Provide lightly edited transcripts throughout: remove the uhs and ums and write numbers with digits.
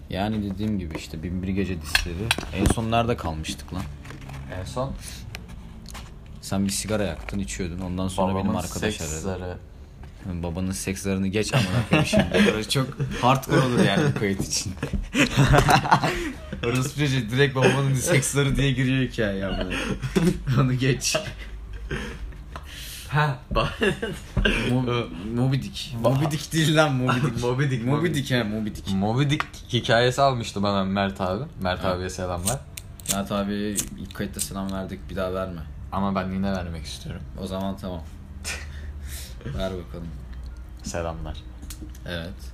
Yani dediğim gibi işte Binbir Gece dizisi. En son nerede kalmıştık lan? En son Sen bir sigara yaktın, içiyordun. Ondan sonra benim arkadaş aradı. Babanın seks zarını geç amına koyayım şimdi. Burası çok hardcore olur yani bu kayıt için. Orası bir şey direkt babanın seks zarı diye giriyor hikaye ya. Onu geç. Moby Dick. Moby Dick değil lan, Moby Dick. Moby Dick. Moby Dick he, Moby Dick. Moby Dick hikayesi almıştı bana Mert abi. Mert abiye selamlar. Mert abi ilk kayıtta selam verdik, bir daha verme. Ama ben yine vermek istiyorum. O zaman tamam. Ver bakalım. Selamlar. Evet.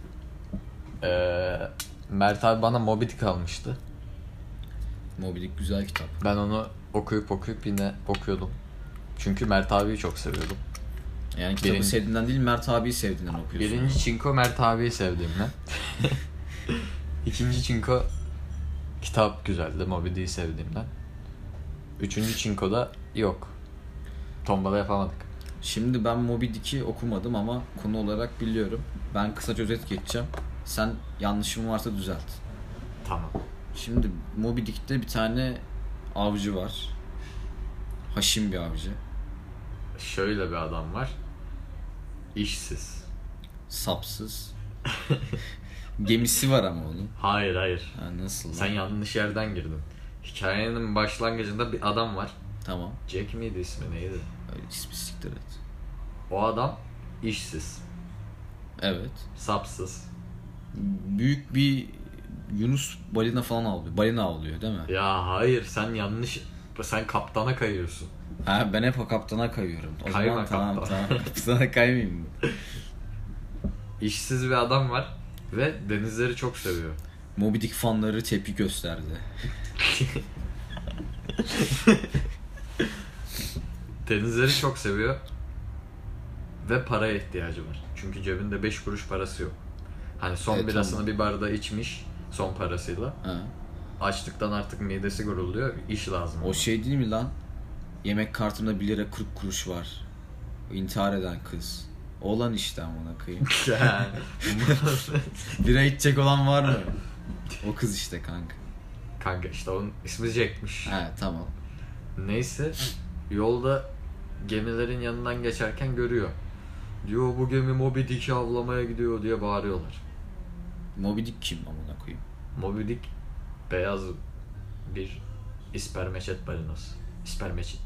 Mert abi bana Moby Dick almıştı. Moby Dick güzel kitap. Ben onu okuyup yine okuyordum. Çünkü Mert abiyi çok seviyordum. Yani kitabı sevdiğinden değil, Mert abiyi sevdiğinden okuyorsun. Birinci çinko Mert abiyi sevdiğimden. İkinci çinko kitap güzeldi, Moby Dick'i sevdiğimden. Üçüncü çinko da yok. Tombala yapamadık. Şimdi ben Moby Dick'i okumadım ama konu olarak biliyorum. Ben kısaca özet geçeceğim. Sen yanlışım varsa düzelt. Tamam. Şimdi Moby Dick'te bir tane avcı var. Haşim bir avcı. Şöyle bir adam var. İşsiz. Sapsız. Gemisi var ama onun. Hayır. Ha, nasıl lan? Sen yanlış yerden girdin. Hikayenin başlangıcında bir adam var. Tamam. Jack miydi ismi, neydi? Öyle ismi siktir et. O adam işsiz. Evet. Sapsız. Büyük bir Yunus balina falan avlıyor. Balina avlıyor değil mi? Ya hayır, sen yanlış. Sen kaptana kayıyorsun. Ha, ben hep o kaptana kayıyorum. O Kayma zaman tamam. kaptana. Kaptana kaymayayım mı? İşsiz bir adam var ve denizleri çok seviyor. Moby Dick fanları tepki gösterdi. Denizleri çok seviyor ve paraya ihtiyacı var. Çünkü cebinde 5 kuruş parası yok. Hani son Evet, birasını tamam. bir barda içmiş son parasıyla. Ha. Açlıktan artık midesi gurulduyor. İş lazım. O ona. şey değil mi lan? Yemek kartımda 1 lira 40 kuruş var. İntihar eden kız. Olan işte amına koyayım. Bira içecek olan var mı? O kız işte kanka. Kanka işte onun ismi Jack'miş. He tamam. Neyse yolda gemilerin yanından geçerken görüyor. Diyor bu gemi Moby Dick'i avlamaya gidiyor diye bağırıyorlar. Moby Dick kim amına koyayım? Moby Dick beyaz bir ispermeçet balinası. İspermeçet.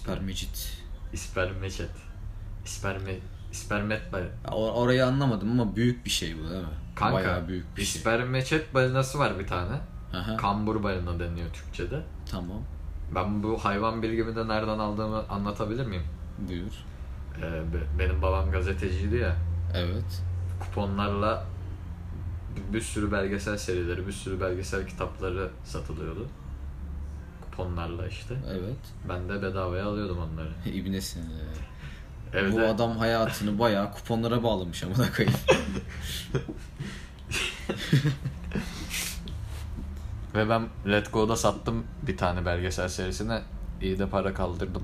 İspermet balinası. Orayı anlamadım ama büyük bir şey bu değil mi? Kanka, bayağı büyük bir şey. İspermeçet balinası var bir tane. Aha, Kambur balina deniyor Türkçe'de. tamam. Ben bu hayvan bilgimi de nereden aldığımı anlatabilir miyim? Buyur. Benim babam gazeteciydi ya. Evet. Kuponlarla bir sürü belgesel serileri, bir sürü belgesel kitapları satılıyordu. Kuponlarla işte. Evet. Ben de bedavaya alıyordum onları. İbnesin. Evde... Bu adam hayatını bayağı kuponlara bağlamış amına koyayım. Ve ben Let Go'da sattım bir tane belgesel serisine. İyi de para kaldırdım.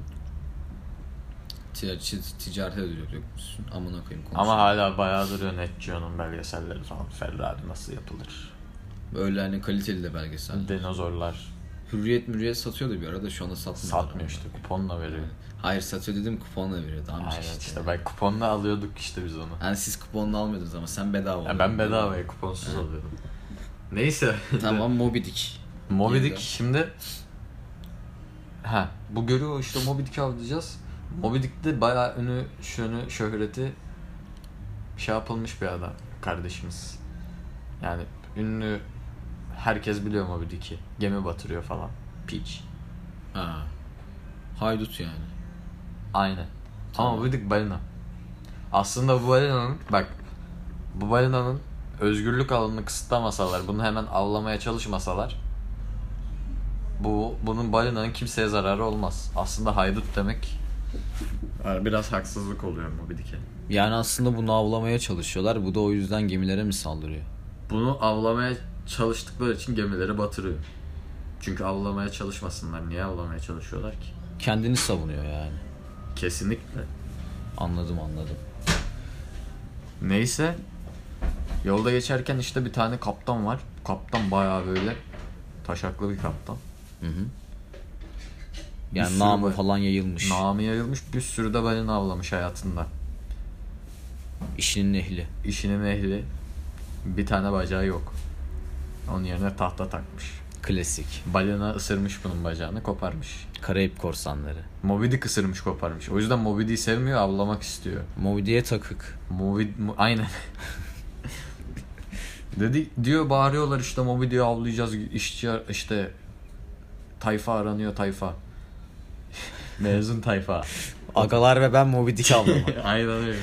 Ticarete dökmüşsün. Amına koyayım. Ama hala bayağı duruyor Net Geo'nun belgeselleri falan. Ferrari nasıl yapılır? Böyle hani kaliteli de belgesel. Dinozorlar. Hürriyet satıyordu bir arada, şu anda satmıyor. Satmıyor işte, kuponla veriyor. Hayır, satıyor dedim, kuponla veriyor. Tamam Aynen işte. işte ben kuponla alıyorduk işte biz onu. Yani siz kuponla almıyordunuz ama sen bedava alıyordun. Ben bedavaya kuponsuz alıyordum. Neyse. Tamam, Moby Dick. Moby Dick Yeniden. şimdi bu görüyor işte Moby Dick'i avlayacağız. Moby Dick'te bayağı şöhreti şey yapılmış bir adam kardeşimiz. Yani ünlü, herkes biliyor Moby Dick'i. Gemi batırıyor falan. Piç. Ha. Haydut yani. Aynen. Tamam. Ama Moby Dick balina. Aslında bu balinanın özgürlük alanını kısıtlamasalar, bunu hemen avlamaya çalışmasalar bunun balinanın kimseye zararı olmaz. Aslında haydut demek biraz haksızlık oluyor Moby Dick'e. Yani aslında bunu avlamaya çalışıyorlar. Bu da o yüzden gemilere mi saldırıyor? Bunu avlamaya çalıştıkları için gemileri batırıyor. Çünkü avlamaya çalışmasınlar. Niye avlamaya çalışıyorlar ki? Kendini savunuyor yani. Kesinlikle. Anladım. Neyse. Yolda geçerken işte bir tane kaptan var. kaptan bayağı böyle taşaklı bir kaptan. Hı. Yani namı falan yayılmış. Namı yayılmış, bir sürü de balina avlamış hayatında. İşinin ehli. İşinin ehli. Bir tane bacağı yok. Onun yerine tahta takmış. Klasik. Balina ısırmış bunun bacağını, koparmış. Karayip korsanları. Moby Dick ısırmış, koparmış. O yüzden Moby Dick'i sevmiyor, avlamak istiyor. Moby Dick'e takık. Aynen. Diyor, bağırıyorlar işte Moby Dick'i avlayacağız. İşçi işte tayfa aranıyor, tayfa. Mezun tayfa. Agalar ve ben Moby Dick avlamak. Aynen öyle.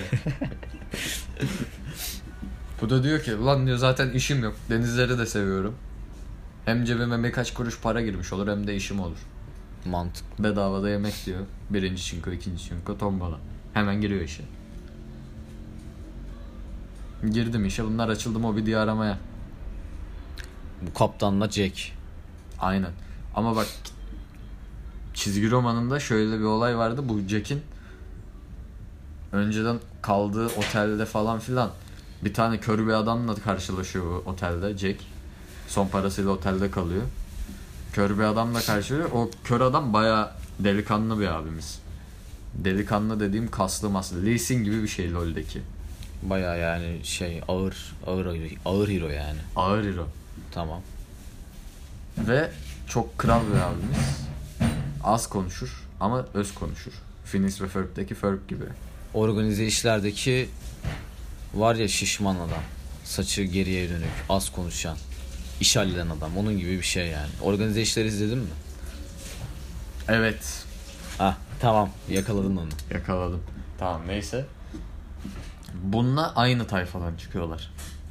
Bu da diyor ki ulan diyor zaten işim yok. Denizleri de seviyorum. Hem cebime birkaç kuruş para girmiş olur hem de işim olur. Mantık. Bedavada yemek diyor. Birinci çinko, ikinci çinko, tombala. Hemen giriyor işe. Girdim işe, bunlar açıldı Moby Dick'i aramaya. Bu kaptanla Jack. Aynen. Ama bak, çizgi romanında şöyle bir olay vardı. Bu Jack'in önceden kaldığı otelde falan filan bir tane kör bir adamla karşılaşıyor bu otelde Jack. Son parasıyla otelde kalıyor. Kör bir adamla karşılıyor. O kör adam bayağı delikanlı bir abimiz. Delikanlı dediğim kaslı maslı. Lee Sin gibi bir şey LoL'deki. Bayağı yani ağır hero yani. Ağır hero. Tamam. Ve çok kral bir abimiz. Az konuşur ama öz konuşur. Phineas ve Ferb'deki Ferb gibi. Organize işlerdeki var ya şişman adam. Saçı geriye dönük, az konuşan, iş halleden adam. Onun gibi bir şey yani. Organize işleri izledin mi? Evet. Tamam, yakaladın onu. Yakaladım. Tamam, neyse. Bununla aynı tayfadan çıkıyorlar.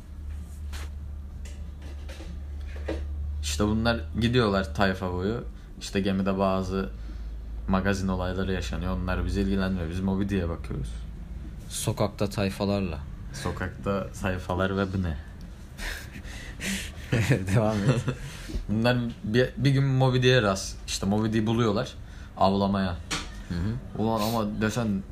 İşte bunlar gidiyorlar tayfa boyu. İşte gemide bazı magazin olayları yaşanıyor. Onlar bizi ilgilenmiyor. Biz Moby Dick'e bakıyoruz. Sokakta tayfalarla. Sokakta sayfalar ve bu ne? Devam et. Bunlar bir gün Moby Dick'e işte Moby Dick'i buluyorlar avlamaya. Hı. Ulan ama desen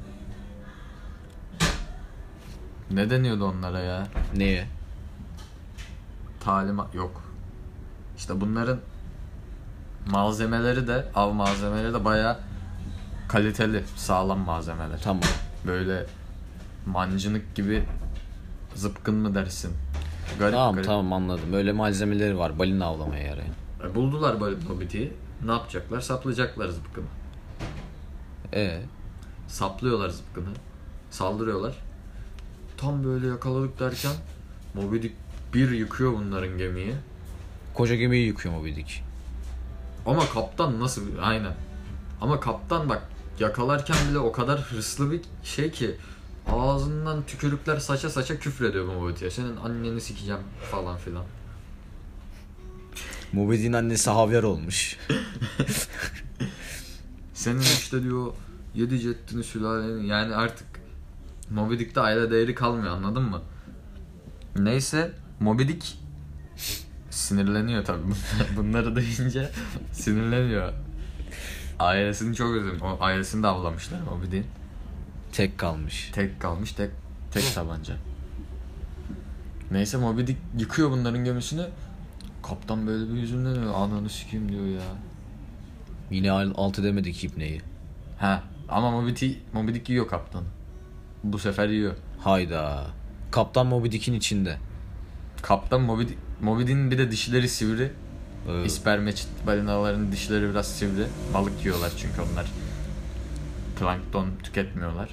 ne deniyordu onlara ya? Neye? Talimat yok. İşte bunların malzemeleri de, av malzemeleri de bayağı kaliteli, sağlam malzemeler. Tamam. Böyle mancınık gibi zıpkın mı dersin? Garip. Tamam anladım. Öyle malzemeleri var balina avlamaya yarayan. Buldular böyle Moby Dick'i. Ne yapacaklar? Saplayacaklar zıpkını. Saplıyorlar zıpkını. Saldırıyorlar. Tam böyle yakaladık derken Moby Dick bir yıkıyor bunların gemiyi. Koca gemiyi yıkıyor Moby Dick. Ama kaptan nasıl? Aynen. Ama kaptan bak yakalarken bile o kadar hırslı bir şey ki ağzından tükürükler saça saça küfrediyor bu Moby Dick'e. Senin anneni sikeceğim falan filan. Moby Dick'in annesi havyar olmuş. Senin işte diyor 7 ceddini sülaleni, yani artık Moby Dick'te aile değeri kalmıyor, anladın mı? Neyse Moby Dick sinirleniyor tabii. Bunları duyunca sinirleniyor. Ailesini çok özledim. O ailesini de avlamışlar Moby Dick'in. Tek kalmış. Tek kalmış, tek tabanca. Neyse Moby Dick yıkıyor bunların gemisini. Kaptan böyle bir hüzünleniyor. Ananı sikeyim diyor ya. Yine alt edemedik ibneyi. Ama Moby Dick yiyor kaptan. Bu sefer yiyor. Hayda. Kaptan Moby Dick'in içinde. Kaptan Moby Dick'in bir de dişleri sivri. İspermeçit balinaların dişleri biraz sivri. Balık yiyorlar çünkü onlar. Plankton tüketmiyorlar.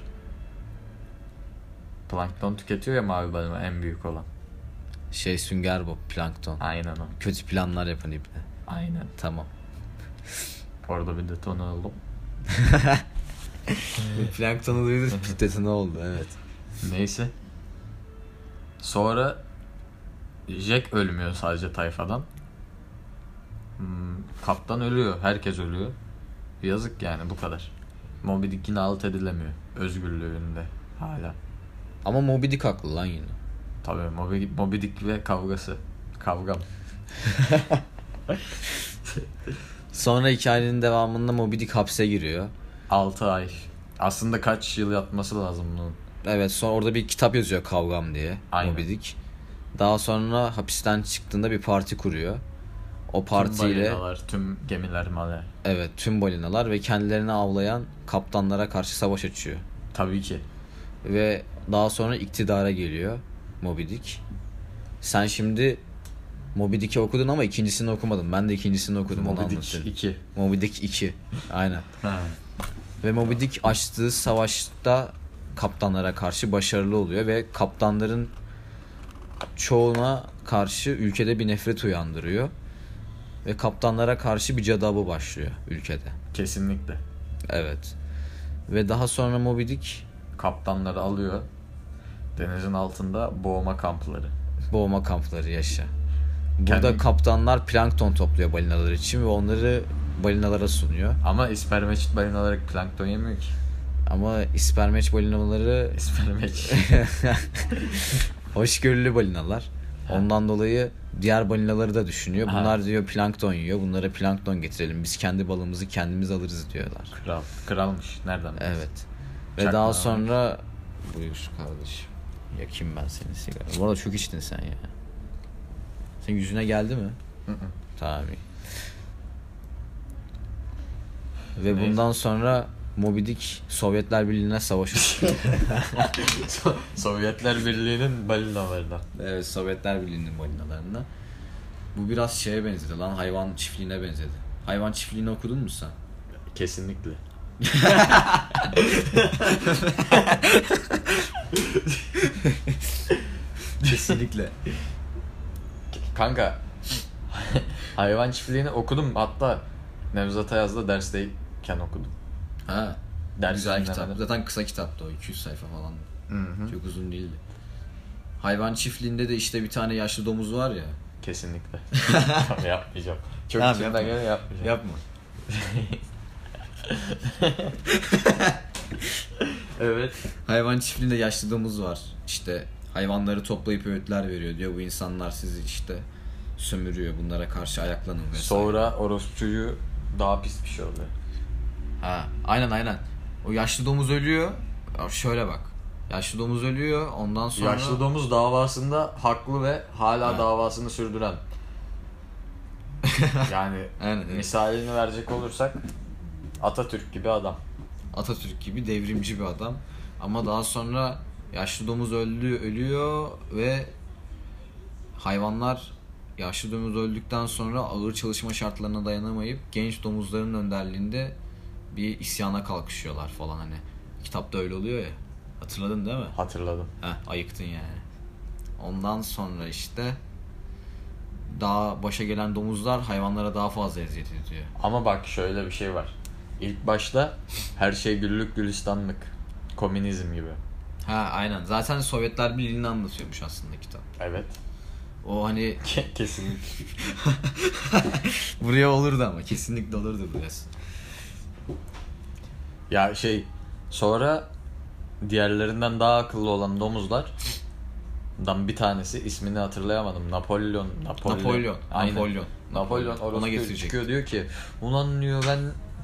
Plankton tüketiyor ya mavi balina, en büyük olan. Sünger Bob, plankton. Aynen o. Kötü planlar yapan ibne. Aynen. Tamam. Orada bir detone oldum. Planktonu duydunuz, bir detone oldu, evet. Neyse. Sonra Jack ölmüyor sadece tayfadan. Kaptan ölüyor. Herkes ölüyor. Yazık yani, bu kadar. Moby Dick yine alt edilemiyor. Özgürlüğünde hala. Ama Moby Dick haklı lan yine. Tabii Moby Dick ve kavgası. Kavgam. Sonra hikayenin devamında Moby Dick hapse giriyor. 6 ay. Aslında kaç yıl yatması lazım bunun. Evet, sonra orada bir kitap yazıyor Kavgam diye. Aynen. Moby Dick. Daha sonra hapisten çıktığında bir parti kuruyor. O Tüm partiyle balinalar, tüm gemiler malı. evet, tüm balinalar ve kendilerini avlayan kaptanlara karşı savaş açıyor. Tabii ki. Ve daha sonra iktidara geliyor Moby Dick. Sen şimdi Moby Dick'i okudun ama ikincisini okumadın. Ben de ikincisini okudum. Moby Dick 2. Moby Dick 2. Aynen. Ha. Ve Moby Dick açtığı savaşta kaptanlara karşı başarılı oluyor ve kaptanların çoğuna karşı ülkede bir nefret uyandırıyor. Ve kaptanlara karşı bir cadabı başlıyor ülkede. Kesinlikle. Evet. Ve daha sonra Moby Dick Kaptanları alıyor. Denizin altında boğma kampları. boğma kampları yaşa. Burada Kendi- kaptanlar plankton topluyor balinalar için ve onları balinalara sunuyor. Ama ispermeçit balinalar plankton yemiyor ki. Ama ispermeç balinaları İspermeç. hoşgörülü balinalar. Ondan dolayı diğer balinaları da düşünüyor. Ha. Bunlar diyor plankton yiyor. Bunlara plankton getirelim. Biz kendi balımızı kendimiz alırız diyorlar. Kral. Kralmış. Nereden biliyorsun? Evet. Ve Çakma daha var. sonra buyur kardeşim. Yakayım ben seni sigara. Bu arada çok içtin sen ya. Senin yüzüne geldi mi? Hı hı. Tamam iyi. Ve Neyse. bundan sonra Moby Dick Sovyetler Birliği'ne savaş açıyor. Sovyetler Birliği'nin balinalarından. Evet, Sovyetler Birliği'nin balinalarına. Bu biraz şeye benzedi lan, hayvan çiftliğine benzedi. Hayvan çiftliğini okudun mu sen? Kesinlikle. Kesinlikle. Kanka hayvan çiftliğini okudum, hatta Nevzat Ayaz'da dersteyken okudum. Ha. Ders Güzel kitap. dinlemedim. Zaten kısa kitaptı o. 200 sayfa falan. Hı. Çok uzun değildi. Hayvan çiftliğinde de işte bir tane yaşlı domuz var ya. Kesinlikle. Tamam, yapmayacağım. Çok Tamam, içimden yapma. geliyor, yapmayacağım. Yapma. Evet. Hayvan çiftliğinde yaşlı domuz var. İşte hayvanları toplayıp öğütler veriyor. Diyor bu insanlar sizi işte sömürüyor. Bunlara karşı ayaklanın vesaire. Sonra orospucuyu daha pis bir şey oluyor. Ha, aynen. O yaşlı domuz ölüyor. Ya şöyle bak. Yaşlı domuz ölüyor. Ondan sonra Yaşlı domuz davasında haklı ve hala Ha. davasını sürdüren. Yani Aynen, evet. misalini verecek olursak Atatürk gibi adam. Atatürk gibi devrimci bir adam. Ama daha sonra yaşlı domuz ölüyor ve hayvanlar yaşlı domuz öldükten sonra ağır çalışma şartlarına dayanamayıp genç domuzların önderliğinde bir isyana kalkışıyorlar falan hani. Kitapta öyle oluyor ya. Hatırladın değil mi? Hatırladım. Ayıktın yani. Ondan sonra işte daha başa gelen domuzlar hayvanlara daha fazla eziyet ediyor. Ama bak şöyle bir şey var. İlk başta her şey güllük gülistanlık. Komünizm gibi. Ha aynen. Zaten Sovyetler Birliği'ni anlatıyormuş aslında kitap. Evet. O hani Kesinlikle. buraya olurdu ama kesinlikle olurdu burası. Ya sonra diğerlerinden daha akıllı olan domuzlardan bir tanesi, ismini hatırlayamadım. Napolyon. Aynen. Napolyon Ona orospu getirecek. çıkıyor, diyor ki ulan diyor ben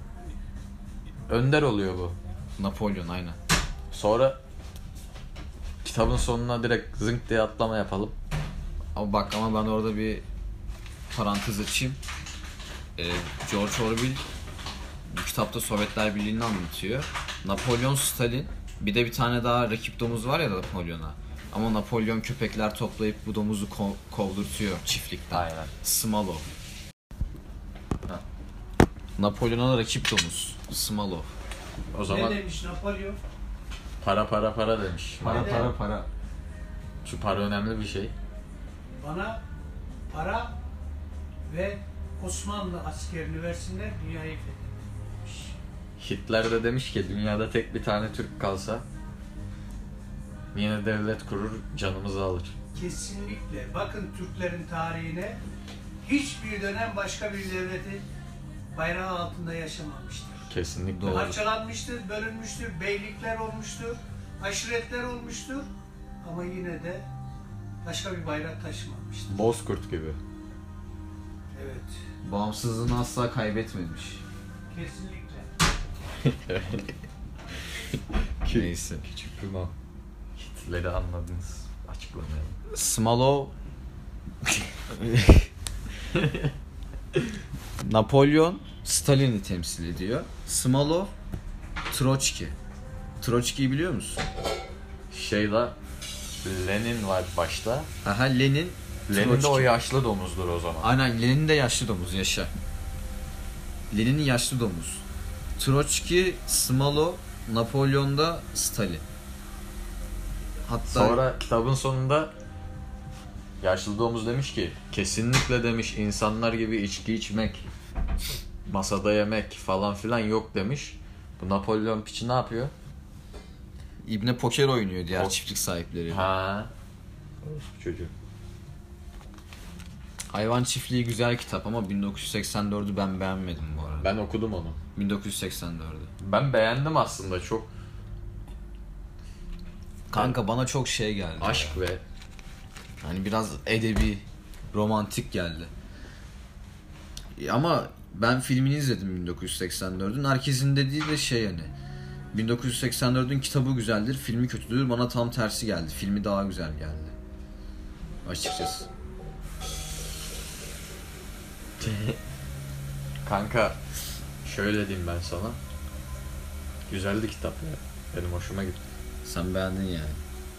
önder oluyor bu. Napolyon aynen. Sonra kitabın sonuna direkt zınk diye atlama yapalım. Ama ben orada bir parantez açayım. George Orwell bu kitapta Sovyetler Birliği'ni anlatıyor. Napolyon, Stalin, bir de bir tane daha rakip domuz var ya Napolyon'a. Ama Napolyon köpekler toplayıp bu domuzu kovdurtuyor çiftlikten. Aynen. Smolov. Napolyon'a rakip domuz. Smolov. O zaman Ne demiş Napolyon? para demiş. Para. Şu para önemli bir şey. Bana para ve Osmanlı askerini versinler, dünyayı fethederim. Hitler de demiş ki dünyada tek bir tane Türk kalsa yine devlet kurur, canımızı alır. Kesinlikle. Bakın Türklerin tarihine, hiçbir dönem başka bir devletin bayrağı altında yaşamamıştır. Kesinlikle. Doğru. Parçalanmıştır, bölünmüştür, beylikler olmuştur, aşiretler olmuştur ama yine de başka bir bayrak taşımamıştır. Bozkurt gibi. Evet. Bağımsızlığını asla kaybetmemiş. Kesinlikle. Neyse. Küçük bir mal. Hitler'i anladınız. Açıklamayalım. Smolov Napolyon Stalin'i temsil ediyor. Smolov Troçki. Troçki'yi biliyor musun? Lenin var başta. Aha, Lenin. Lenin de Troçki. o yaşlı domuzdur o zaman. Aynen, Lenin de yaşlı domuz, yaşa. Lenin'in yaşlı domuz. Troçki, Smolov, Napolyon'da Stalin. Hatta Sonra kitabın sonunda yaşlı domuz demiş ki kesinlikle demiş insanlar gibi içki içmek, masada yemek falan filan yok demiş. Bu Napolyon piçi ne yapıyor? İbne poker oynuyor diğer O- çiftlik sahipleri. Ha. Çocuğu. Hayvan Çiftliği güzel kitap ama 1984'ü ben beğenmedim bu arada. Ben okudum onu. 1984'ü. Ben beğendim aslında, çok Kanka bana çok şey geldi. aşk ya. ve Hani biraz edebi, romantik geldi. Ama ben filmini izledim 1984'ün. Herkesin dediği de şey hani. 1984'ün kitabı güzeldir, filmi kötüdür. Bana tam tersi geldi. Filmi daha güzel geldi. Açıkçası. kanka şöyle diyeyim ben sana. Güzeldi kitap ya. Benim hoşuma gitti. Sen beğendin yani.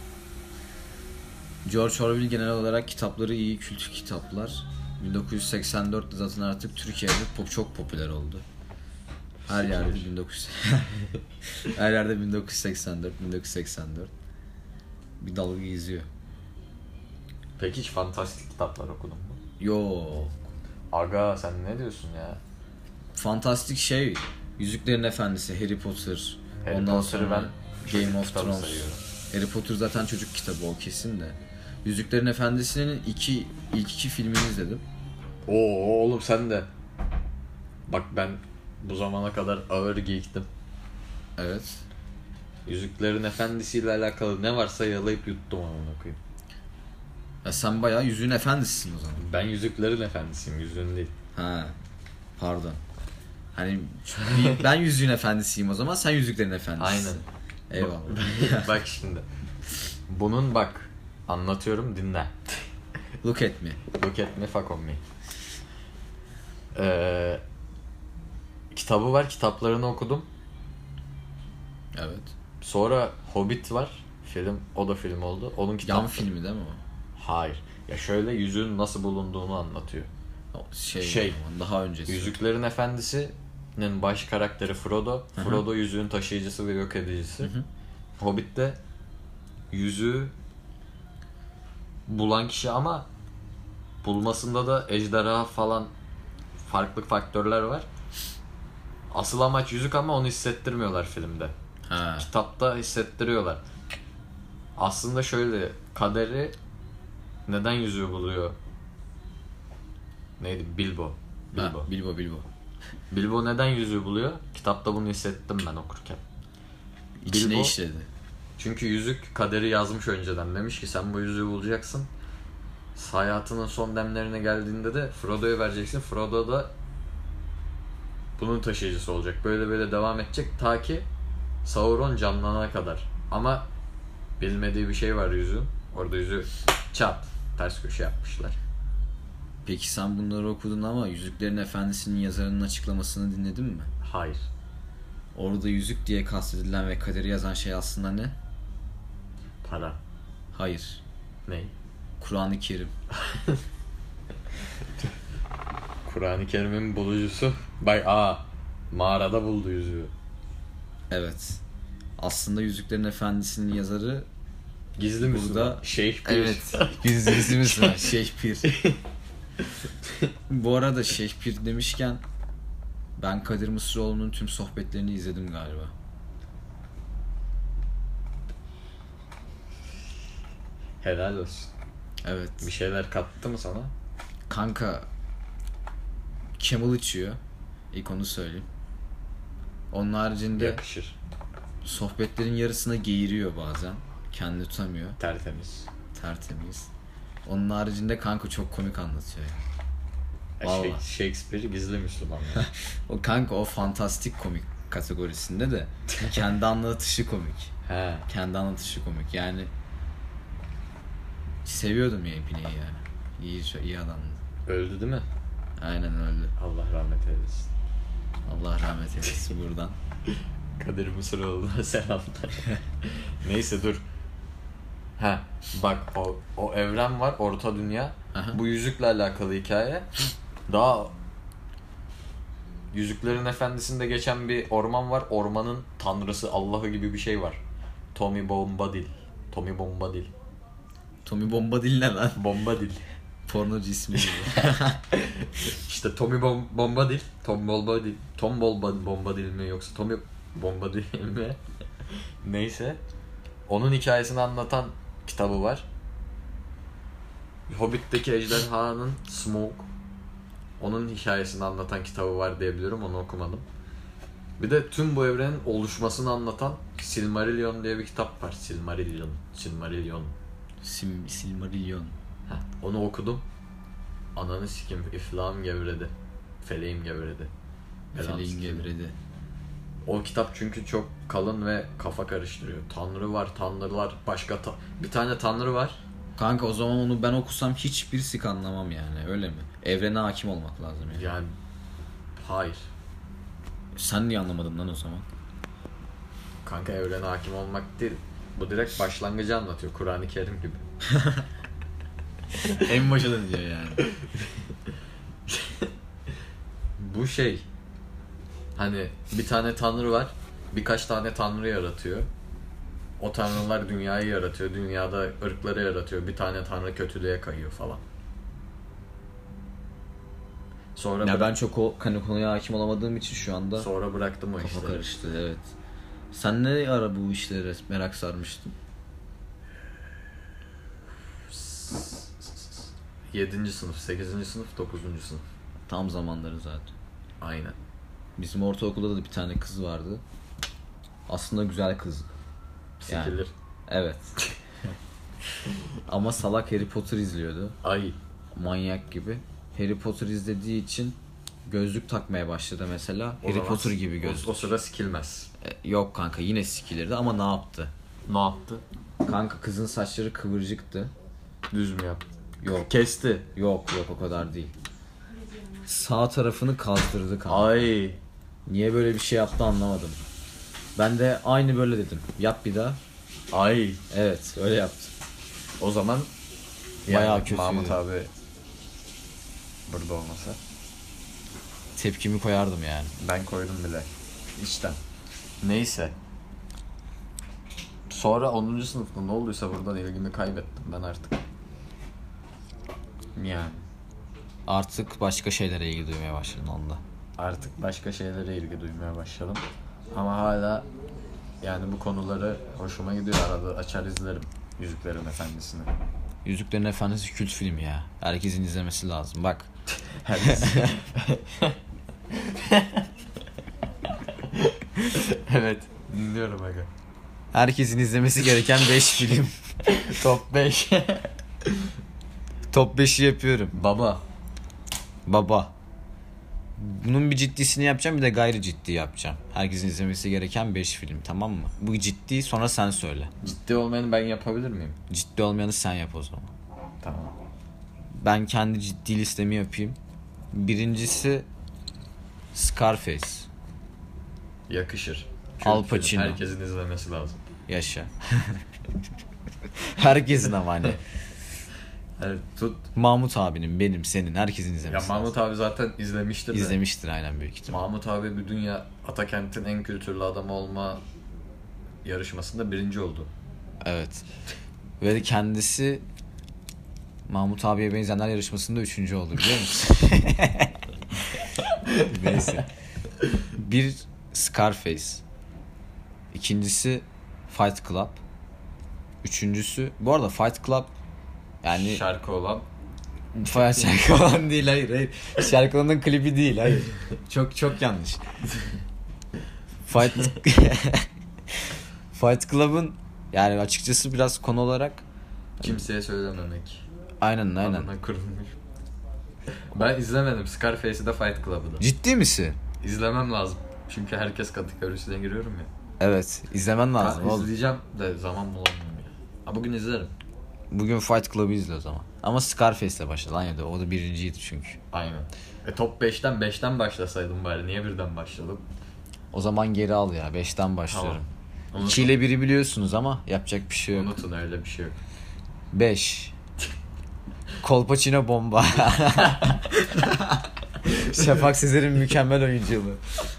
George Orwell genel olarak kitapları iyi, kült kitaplar. 1984'te zaten artık Türkiye'de çok popüler oldu. Her yerde 1900 her yerde 1984 bir dalga geziyor. Peki hiç fantastik kitaplar okudun mu? Yok. Aga sen ne diyorsun ya? Fantastik şey, Yüzüklerin Efendisi, Harry Potter. Harry Ondan Potter'ı sonra ben Game of kitabı Thrones. sayıyorum. Harry Potter zaten çocuk kitabı, o kesin de. Yüzüklerin Efendisi'nin ilk iki filmini izledim. Oo oğlum sen de. Bak ben bu zamana kadar ağır geektim. Evet. Yüzüklerin Efendisi ile alakalı ne varsa yalayıp yuttum amına koyayım. Ya sen bayağı Yüzüğün Efendisisin o zaman. Ben Yüzüklerin Efendisiyim, Yüzüğün değil. Ha. Pardon. Hani ben Yüzüğün Efendisiyim o zaman, sen Yüzüklerin Efendisisin. Aynen. Eyvallah. Bak şimdi. Bunun bak anlatıyorum, dinle. Look at me. Look at me, fuck on me. Kitabı var, kitaplarını okudum. Evet. Sonra Hobbit var, film, o da film oldu. Onun kitabı. Yan filmi değil mi o? Hayır. Ya şöyle yüzüğün nasıl bulunduğunu anlatıyor. O Şey, daha öncesi. Yüzüklerin Efendisi'nin baş karakteri Frodo. Hı hı. Frodo yüzüğün taşıyıcısı ve yok edicisi. Hı hı. Hobbit'te yüzüğü bulan kişi ama bulmasında da ejderha falan farklı faktörler var. Asıl amaç yüzük ama onu hissettirmiyorlar filmde. Ha. Kitapta hissettiriyorlar. Aslında şöyle, kaderi neden yüzüğü buluyor? Neydi? Bilbo. Ha, Bilbo. Bilbo neden yüzüğü buluyor? Kitapta bunu hissettim ben okurken. İçine Bilbo- işledi. Çünkü yüzük kaderi yazmış önceden. Demiş ki sen bu yüzüğü bulacaksın. Hayatının son demlerine geldiğinde de Frodo'ya vereceksin. Frodo da bunun taşıyıcısı olacak. Böyle böyle devam edecek ta ki Sauron canlanana kadar. Ama bilmediği bir şey var yüzüğün. Orada yüzüğü çat ters köşe yapmışlar. Peki sen bunları okudun ama Yüzüklerin Efendisi'nin yazarının açıklamasını dinledin mi? Hayır. Orada yüzük diye kastedilen ve kaderi yazan şey aslında ne? Para. Hayır. Ney? Kur'an-ı Kerim. Kur'an-ı Kerim'in bulucusu. Mağarada buldu yüzüğü. Evet. Aslında Yüzüklerin Efendisi'nin yazarı Gizli Müslüman. burada... Şeyh Pir. Evet. Gizli Müslüman. Şeyh Pir. Bu arada Şeyh Pir demişken ben Kadir Mısıroğlu'nun tüm sohbetlerini izledim galiba. Helal olsun. Evet. Bir şeyler kattı mı sana? Kanka Camel içiyor. İlk onu söyleyeyim. Onun haricinde Yakışır. sohbetlerin yarısına geğiriyor bazen. Kendini tutamıyor. Tertemiz. Tertemiz. Onun haricinde kanka çok komik anlatıyor ya. Vallahi. Shakespeare gizli Müslüman. Yani. O kanka o fantastik komik kategorisinde de kendi anlatışı komik. He. Kendi anlatışı komik. Yani seviyordum ya İbni'yi ya. iyi adamdı. Öldü değil mi? Aynen öldü. Allah rahmet eylesin. Allah rahmet eylesin buradan. Kadir Mısıroğlu'na selamlar. Neyse dur. Ha bak o evren var, orta dünya. Aha. Bu yüzükle alakalı hikaye. Daha Yüzüklerin Efendisi'nde geçen bir orman var. Ormanın tanrısı, Allah'ı gibi bir şey var. Tommy Bombadil. Tommy Bombadil. Tommy Bombadil ne lan? Bombadil. Pornocu ismi gibi. İşte Tommy Bombadil. Tom Bombadil mi yoksa Tommy Bombadil mi? Neyse. Onun hikayesini anlatan kitabı var. Hobbit'teki ejderhanın Smaug. Onun hikayesini anlatan kitabı var diyebilirim. Onu okumadım. Bir de tüm bu evrenin oluşmasını anlatan Silmarillion diye bir kitap var. Silmarillion. Silmarillion. Onu okudum. Ananı sikim, iflahım gevredi. Feleğim gevredi. Feleğin gevredi. O kitap çünkü çok kalın ve kafa karıştırıyor. Tanrı var, tanrılar, bir tane tanrı var. Kanka o zaman onu ben okusam hiçbir sik anlamam yani, öyle mi? Evrene hakim olmak lazım yani. Yani hayır. Sen niye anlamadın lan o zaman? Kanka evrene hakim olmak değil. Bu direkt başlangıcı anlatıyor. Kur'an-ı Kerim gibi. En başında diyor yani. Bu şey, hani bir tane tanrı var. Birkaç tane tanrı yaratıyor. O tanrılar dünyayı yaratıyor. Dünyada ırkları yaratıyor. Bir tane tanrı kötülüğe kayıyor falan. Sonra Ya ben çok konuya hakim olamadığım için şu anda sonra bıraktım o kafa işleri. karıştı, evet. Sen ne ara bu işlere merak sarmıştın? 7. sınıf, 8. sınıf, 9. sınıf. Tam zamanları zaten. Aynen. Bizim ortaokulda da bir tane kız vardı. Aslında güzel kız. Yani. Sikilir. Evet. Ama salak Harry Potter izliyordu. Ay. Manyak gibi. Harry Potter izlediği için gözlük takmaya başladı mesela. O Harry zaman Potter gibi gözlük. O sıra sikilmez. Yok kanka, yine sikilirdi ama ne yaptı? Ne yaptı? Kanka kızın saçları kıvırcıktı. Düz mü yaptı? Yok. Kesti. Yok o kadar değil. Sağ tarafını kazdırdı kanka. Ay. Niye böyle bir şey yaptı anlamadım. Ben de aynı böyle dedim. Yap bir daha. Ay. Evet, öyle yaptı. O zaman Bayağı kötüydü. Mahmut abi burada olmasa Tepkimi koyardım yani. ben koydum bile. İçten. Neyse. Sonra 10. sınıfta ne olduysa buradan ilgimi kaybettim ben artık. Yani Artık başka şeylere ilgi duymaya başladım onda. artık başka şeylere ilgi duymaya başladım. Ama hala yani bu konuları hoşuma gidiyor. Arada açar izlerim Yüzüklerin Efendisi'ni. Yüzüklerin Efendisi kült film ya. Herkesin izlemesi lazım. Bak. Evet. Dinliyorum aga. Herkesin izlemesi gereken 5 film. Top 5. Top 5'i yapıyorum. Baba. Bunun bir ciddisini yapacağım, bir de gayri ciddi yapacağım. Herkesin izlemesi gereken 5 film, tamam mı? Bu ciddi, sonra sen söyle. Ciddi olmayanı ben yapabilir miyim? Ciddi olmayanı sen yap o zaman. Tamam. Ben kendi ciddi listemi yapayım. Birincisi Scarface. Yakışır. Al Kült Pacino. film, herkesin izlemesi lazım. Yaşa. Herkesin ama hani. Evet, tut. Mahmut abinin, benim, senin, herkesin izlemesi Ya lazım. Mahmut abi zaten izlemiştir de. İzlemiştir aynen, büyük ihtimal. Mahmut abi bir dünya Atakent'in en kültürlü adamı olma yarışmasında 1. oldu. Evet. Ve de kendisi Mahmut abiye benzeyenler yarışmasında 3. oldu, biliyor musun? Neyse. Bir Scarface. İkincisi Fight Club. Üçüncüsü, bu arada Fight Club yani Şarkı olan. şarkı olan değil, hayır. Şarkının klibi değil, hayır. Çok yanlış. Fight Club'ın yani açıkçası biraz konu olarak Kimseye söylememek. aynen. Adına kurulmuş. Ben izlemedim Scarface'i de Fight Club'ı da. Ciddi misin? İzlemem lazım. Çünkü herkes kategorisine giriyorum ya. Evet, izlemen lazım oğlum. İzleyeceğim de zaman bulamıyorum ya. Ha, bugün izlerim. Bugün Fight Club'ı izle o zaman. Ama Scarface'le başla lan ya da o da birinciydi çünkü. Aynen. Top 5'ten başlasaydım bari. Niye birden başladım? O zaman geri al ya. 5'ten başlıyorum. Tamam. 2 ile 1'i biliyorsunuz ama yapacak bir şey yok. Unutun, öyle bir şey yok. 5. Kolpaçino bomba. Şafak Sezer'in mükemmel oyunculuğu.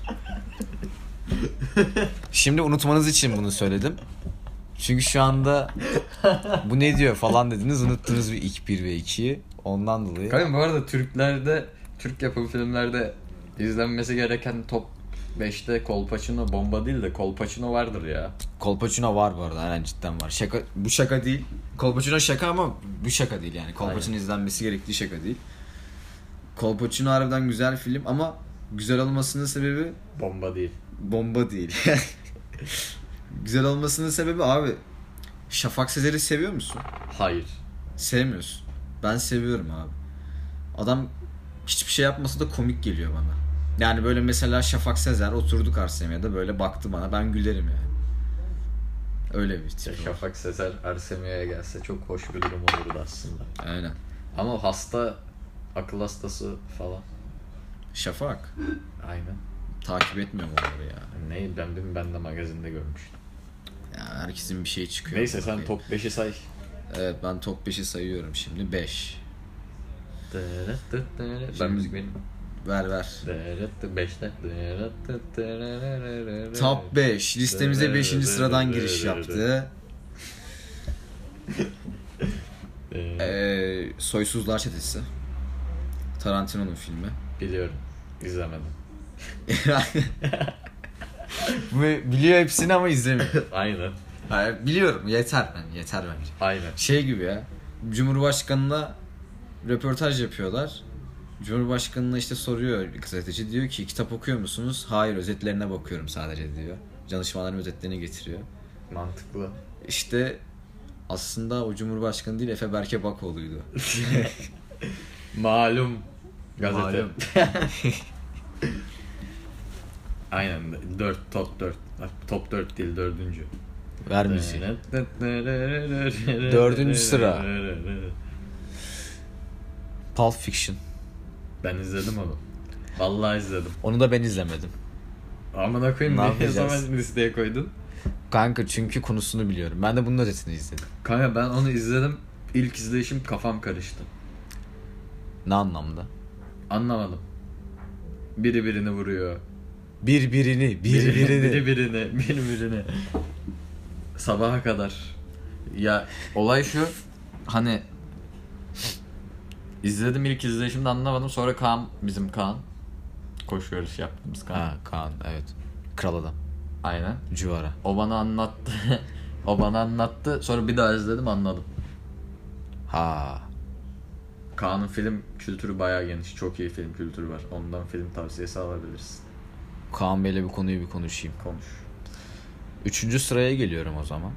Şimdi unutmanız için bunu söyledim. Çünkü şu anda bu ne diyor falan dediniz, unuttunuz bir ilk 1 ve 2'yi. Ondan dolayı. Kanka bu arada Türk yapım filmlerde izlenmesi gereken top 5'te Kolpaçino bomba değil de Kolpaçino vardır ya. Kolpaçino var bu arada, aynen cidden var. Şaka, bu şaka değil. Kolpaçino şaka ama bu şaka değil yani. Kolpaçino izlenmesi gerektiği şaka değil. Kolpaçino harbiden güzel film ama güzel olmasının sebebi Bomba değil. bomba değil. Güzel olmasının sebebi abi, Şafak Sezer'i seviyor musun? Hayır. Sevmiyorsun. Ben seviyorum abi. Adam hiçbir şey yapmasa da komik geliyor bana. Yani böyle mesela Şafak Sezer oturdu karşıma da böyle baktı bana, ben gülerim yani. Öyle bir tip. Şafak Sezer Arsemia'ya gelse çok hoş bir durum olurdu aslında. Aynen. Ama hasta, akıl hastası falan. Şafak. Aynen. Takip etmiyorum onları ya. Ne, ben de magazinde görmüştüm. Ya herkesin bir şey çıkıyor. Neyse sen top 5'i say. Evet, ben top 5'i sayıyorum şimdi. 5. Ben müzik benim. Ver. 5'te. Top 5. Listemize 5. sıradan giriş yaptı. Soysuzlar Çetesi. Tarantino'nun filmi. Biliyorum. İzlemedim. Biliyor hepsini ama izlemiyor. Aynen. Hayır, biliyorum. Yeter bence. Aynen. Şey gibi ya. Cumhurbaşkanına röportaj yapıyorlar. Cumhurbaşkanına işte soruyor gazeteci, diyor ki kitap okuyor musunuz? Hayır, özetlerine bakıyorum sadece diyor. Danışmanların özetlerini getiriyor. Mantıklı. İşte aslında o Cumhurbaşkanı değil, Efe Berke Bakoğlu'ydu. Malum gazete. Malum. Aynen. Top 4. Top 4 değil, 4. Ver müziği. 4. sıra. Pulp Fiction. Ben izledim onu. Vallahi izledim. Onu da ben izlemedim. Amına koyayım, Ne ne yapacağız? zaman listeye koydun? Kanka çünkü konusunu biliyorum. Ben de bunun özetini izledim. Kanka ben onu izledim. İlk izleyişim kafam karıştı. Ne anlamda? Anlamadım. Biri birini vuruyor. Birbirini. Biri birine. Sabaha kadar. Ya olay şu. Hani izledim, ilk izleyişimde anlamadım. Sonra bizim Kaan. Koşu yarışı yaptığımız Kaan. Ha, Kaan, evet. Kral adam. Aynen. Civara. O bana anlattı. O bana anlattı. Sonra bir daha izledim, anladım. Ha. Kaan'ın film kültürü bayağı geniş. Çok iyi film kültürü var. Ondan film tavsiyesi alabilirsin. Kaan Bey'le bu konuyu bir konuşayım. Konuş. 3. sıraya geliyorum o zaman.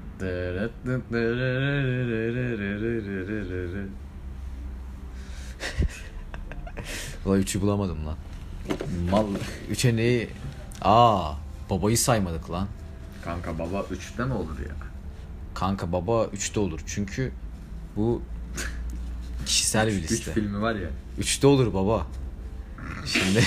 Valla 3'ü bulamadım lan. Mal 3'e neyi? Babayı saymadık lan. Kanka baba 3'te mi olur ya? Kanka baba 3'te olur. Çünkü bu kişisel bir 3 liste. filmi var ya. 3'te olur baba. Şimdi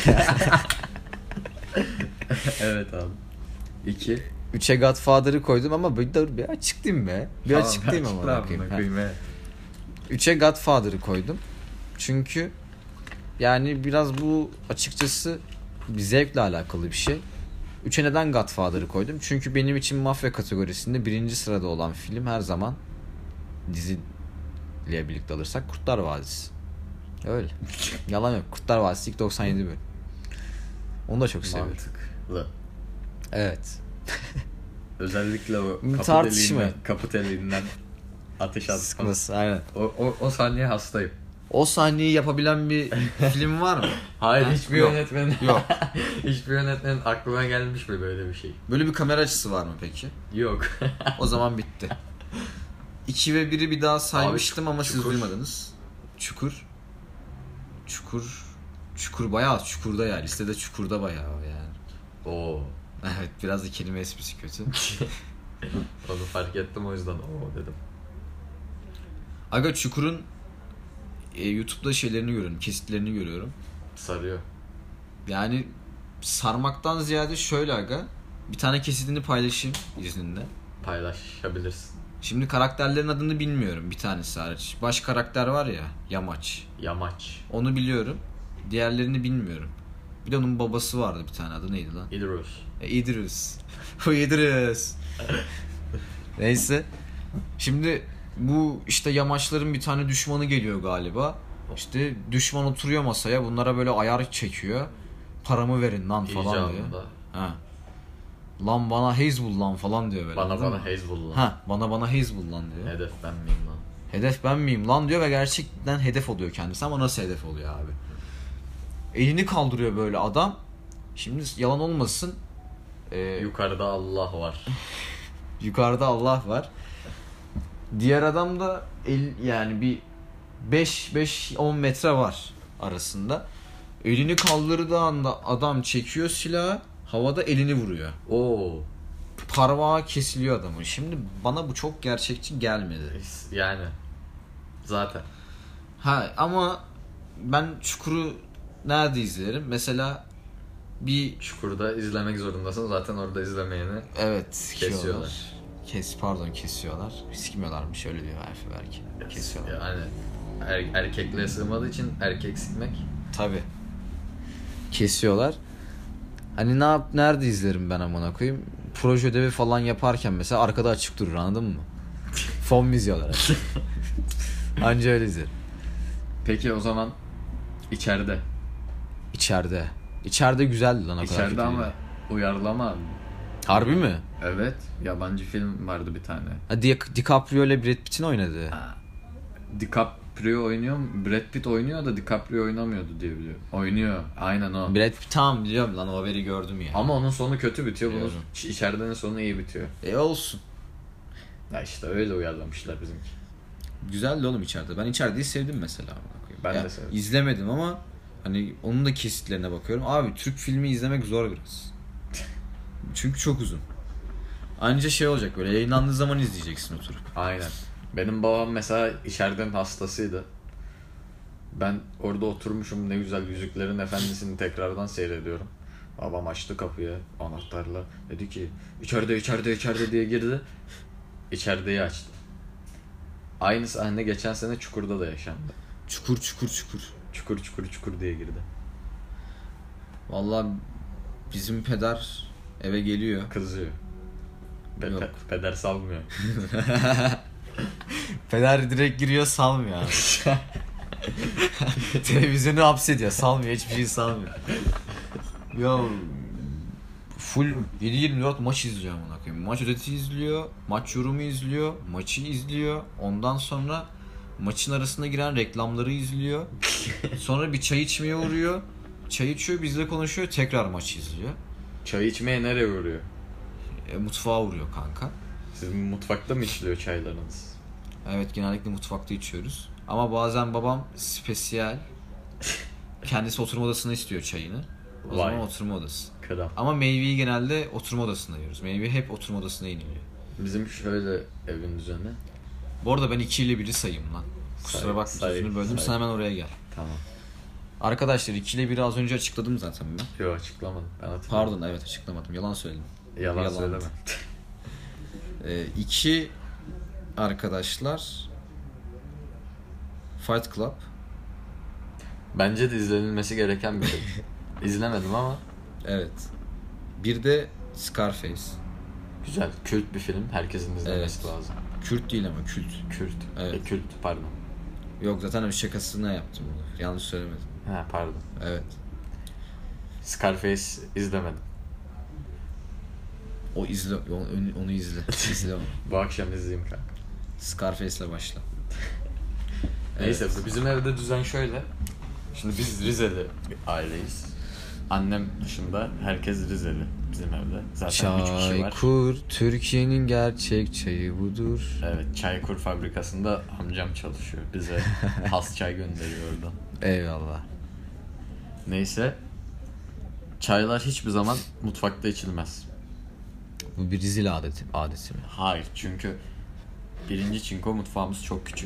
Evet abi. 2. 3'e Godfather'ı koydum ama bir açıklayayım be. Bir açıklayayım ama bakayım. 3'e Godfather'ı koydum. Çünkü yani biraz bu açıkçası bir zevkle alakalı bir şey. 3'e neden Godfather'ı koydum? Çünkü benim için mafya kategorisinde 1. sırada olan film her zaman, diziyle birlikte alırsak, Kurtlar Vadisi. Öyle. Yalan yok. Kurtlar Vadisi ilk 97 bölüm. Onu da çok seviyorum. Mantıklı. Evet. Özellikle o Tartışma. kapı deliğinden ateş atması. Sıkması, aynen. O saniye hastayım. O sahneyi yapabilen bir film var mı? Hayır, Ha? hiçbir Yok. yönetmenin Yok. hiçbir yönetmenin aklına gelmiş mi böyle bir şey? Böyle bir kamera açısı var mı peki? Yok. O zaman bitti. 2 ve 1'i bir daha saymıştım ama siz Çukur. duymadınız. Çukur bayağı çukurda ya. Listede çukurda bayağı yani. Oo. Evet, biraz da kelime esprisi kötü. Onu fark ettim, o yüzden dedim. Aga Çukur'un YouTube'da şeylerini görüyorum, kesitlerini görüyorum. Sarıyor. Yani sarmaktan ziyade şöyle aga, bir tane kesitini paylaşayım izninle. Paylaşabilirsin. Şimdi karakterlerin adını bilmiyorum bir tanesi hariç. Baş karakter var ya, Yamaç. Yamaç. Onu biliyorum. Diğerlerini bilmiyorum. Bir de onun babası vardı bir tane, adı neydi lan? İdrus. İdris. O İdris. Neyse. Şimdi bu işte yamaçların bir tane düşmanı geliyor galiba. İşte düşman oturuyor masaya, bunlara böyle ayar çekiyor. Paramı verin lan falan diyor. İcabında. Ha. Lan bana haze bul lan falan diyor böyle. Bana anladın mı? haze bul lan. Ha, bana haze bul lan diyor. Hedef ben miyim lan? Hedef ben miyim lan diyor ve gerçekten hedef oluyor kendisi, ama nasıl hedef oluyor abi? Elini kaldırıyor böyle adam. Şimdi yalan olmasın. Yukarıda Allah var. Yukarıda Allah var. Diğer adam da yani bir 5-10 metre var arasında. Elini kaldırdığı anda adam çekiyor silahı, havada elini vuruyor. Oo. Parmağı kesiliyor adamın. Şimdi bana bu çok gerçekçi gelmedi. Yani zaten. Ha ama ben Çukur'u nerede izlerim? Mesela bir Çukur'da izlemek zorundasın. Zaten orada izlemeyeni evet kesiyorlar. Kesiyorlar. Sikmiyorlarmış, öyle diyor herif belki. Kesiyorlar. Yani erkekliğe sığmadığı için erkek sikmek. Tabii. Kesiyorlar. Hani nerede izlerim ben amına koyayım? Proje ödevi falan yaparken mesela arkada açık durur, anladın mı? Fon mu izliyorlar? Anca öyle izlerim. Peki o zaman içeride. İçeride güzeldi lan, o kadar. İçeride ama uyarlama. Harbi mi? Evet. Yabancı film vardı bir tane. Ha, DiCaprio ile Brad Pitt'in oynadığı. DiCaprio oynuyor mu? Brad Pitt oynuyor da DiCaprio oynamıyordu diye biliyorum. Oynuyor. Aynen o. Brad Pitt, tamam biliyorum lan, o haberi gördüm ya. Ama onun sonu kötü bitiyor. Bunun Biliyorum. içeridenin sonu iyi bitiyor. Olsun. Ya işte öyle uyarlamışlar bizimki. Güzeldi oğlum içeride. Ben içerideyi sevdim mesela. Ben ya, de sevdim. İzlemedim ama hani onun da kesitlerine bakıyorum. Abi Türk filmi izlemek zor biraz. Çünkü çok uzun. Anca şey olacak, böyle yayınlandığı zaman izleyeceksin oturup. Aynen. Benim babam mesela içeriden hastasıydı. Ben orada oturmuşum, ne güzel Yüzüklerin Efendisi'ni tekrardan seyrediyorum. Babam açtı kapıyı anahtarla. Dedi ki içeride diye girdi. İçerideyi açtı. Aynı sahne geçen sene Çukur'da da yaşandı. Çukur. Çukur diye girdi. Vallahi bizim peder eve geliyor. Kızıyor. Yok. Peder salmıyor. Peder direkt giriyor, salmıyor abi. Televizyonu hapsediyor, salmıyor, hiçbir şey salmıyor. Ya full 7/24 maç izliyor amına koyayım. Maç özeti izliyor, maç yorumu izliyor, maçı izliyor. Ondan sonra maçın arasında giren reklamları izliyor. Sonra bir çay içmeye uğruyor. Çay içiyor, bizle konuşuyor, tekrar maç izliyor. Çay içmeye nereye uğruyor? Mutfağa uğruyor kanka. Sizin mutfakta mı içiliyor çaylarınız? Evet, genellikle mutfakta içiyoruz. Ama bazen babam spesiyel kendisi oturma odasına istiyor çayını. O Vay. zaman oturma odası. Kral. Ama meyveyi genelde oturma odasında yiyoruz. Meyve hep oturma odasına iniliyor. Bizim şöyle evin düzeni. Bu arada ben 2 ile 1'i sayayım lan. Kusura bakma, Say. sözünü böldüm. Sen hemen oraya gel. Tamam. Arkadaşlar 2 ile 1'i az önce açıkladım zaten ben. Yok açıklamadım. Ben hatırladım. Pardon, evet açıklamadım. Yalan söyledim. Yalan Yalan. söyleme. 2 arkadaşlar Fight Club. Bence de izlenilmesi gereken bir film. İzlemedim ama Evet. Bir de Scarface. güzel. Kült bir film. Herkesin izlemesi Evet. lazım. Kürt değil ama kült. Kült. Evet. Kült pardon. Yok, zaten bir şakasına yaptım bunu. Yanlış söylemedim. Ha pardon. Evet. Scarface izlemedim. Onu izle. İzle onu. Bu akşam izleyeyim kanka. Scarface'le başla. Neyse Evet. bizim evde düzen şöyle. Şimdi biz Rizeli bir aileyiz. Annem dışında herkes Rizeli bizim evde. Zaten 3 kişi var. Çaykur, Türkiye'nin gerçek çayı budur. Evet, Çaykur fabrikasında amcam çalışıyor. Bize has çay gönderiyor oradan. Eyvallah. Neyse. Çaylar hiçbir zaman mutfakta içilmez. Bu bir Rizil adeti mi? Hayır, çünkü birinci çinko mutfağımız çok küçük.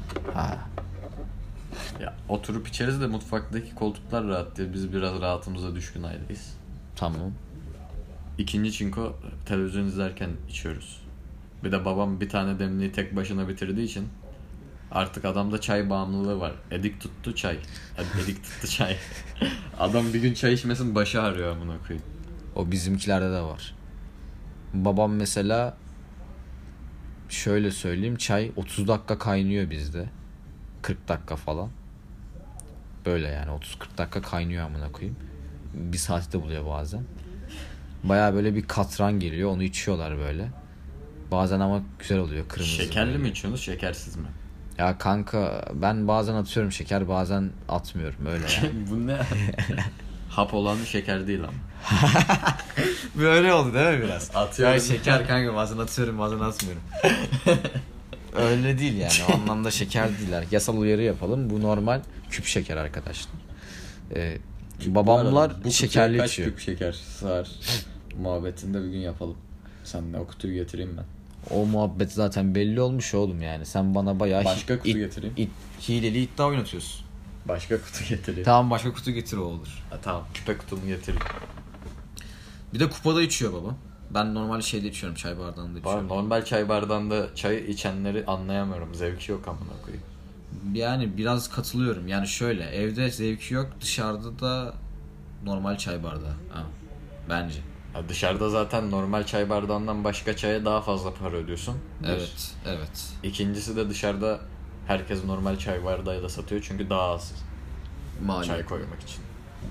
Ha. Ya oturup içeriz de mutfaktaki koltuklar rahat diye biz biraz rahatımıza düşkün aileyiz. Tamam. İkinci çinko televizyon izlerken içiyoruz. Bir de babam bir tane demliği tek başına bitirdiği için artık adamda çay bağımlılığı var. Edik tuttu çay. Edik tuttu çay. Adam bir gün çay içmesin başı ağrıyor amına koyayım. O bizimkilerde de var. Babam mesela şöyle söyleyeyim, çay 30 dakika kaynıyor bizde. 40 dakika falan. Böyle yani 30-40 dakika kaynıyor amına koyayım. Bir saati de buluyor bazen. Baya böyle bir katran geliyor, onu içiyorlar böyle. Bazen ama güzel oluyor, kırmızı. Şekerli böyle. mi içiyorsunuz, şekersiz mi? Ya kanka ben bazen atıyorum şeker, bazen atmıyorum öyle yani. Bu ne? Hap olan şeker değil ama. Böyle oldu değil mi biraz? Atıyorum. Ya şeker kanka, bazen atıyorum bazen atmıyorum. Öyle değil yani, o anlamda şeker değiller. Yasal uyarı yapalım, bu normal küp şeker arkadaşlar. Babamlar Bu şekerli kaç içiyor. küp şeker sığar muhabbetinde bir gün yapalım. Sen de o kutuyu getireyim ben. O muhabbet zaten belli olmuş oğlum yani. Sen bana bayağı Başka kutu getireyim. hileli iddia oynatıyorsun. Başka kutu getireyim. Tamam, başka kutu getir, o olur. Tamam, küpe kutumu getireyim. Bir de kupada içiyor baba. Ben normal şeyde içiyorum, çay bardağında içiyorum. Normal çay bardağında çay içenleri anlayamıyorum. Zevki yok amına koyayım. Yani biraz katılıyorum. Yani şöyle, evde zevki yok, dışarıda da normal çay bardağı. Ha, bence. Ya dışarıda zaten normal çay bardağından başka çaya daha fazla para ödüyorsun. Evet, evet. İkincisi de dışarıda herkes normal çay bardağıyla satıyor çünkü daha az Malum. çay koymak için.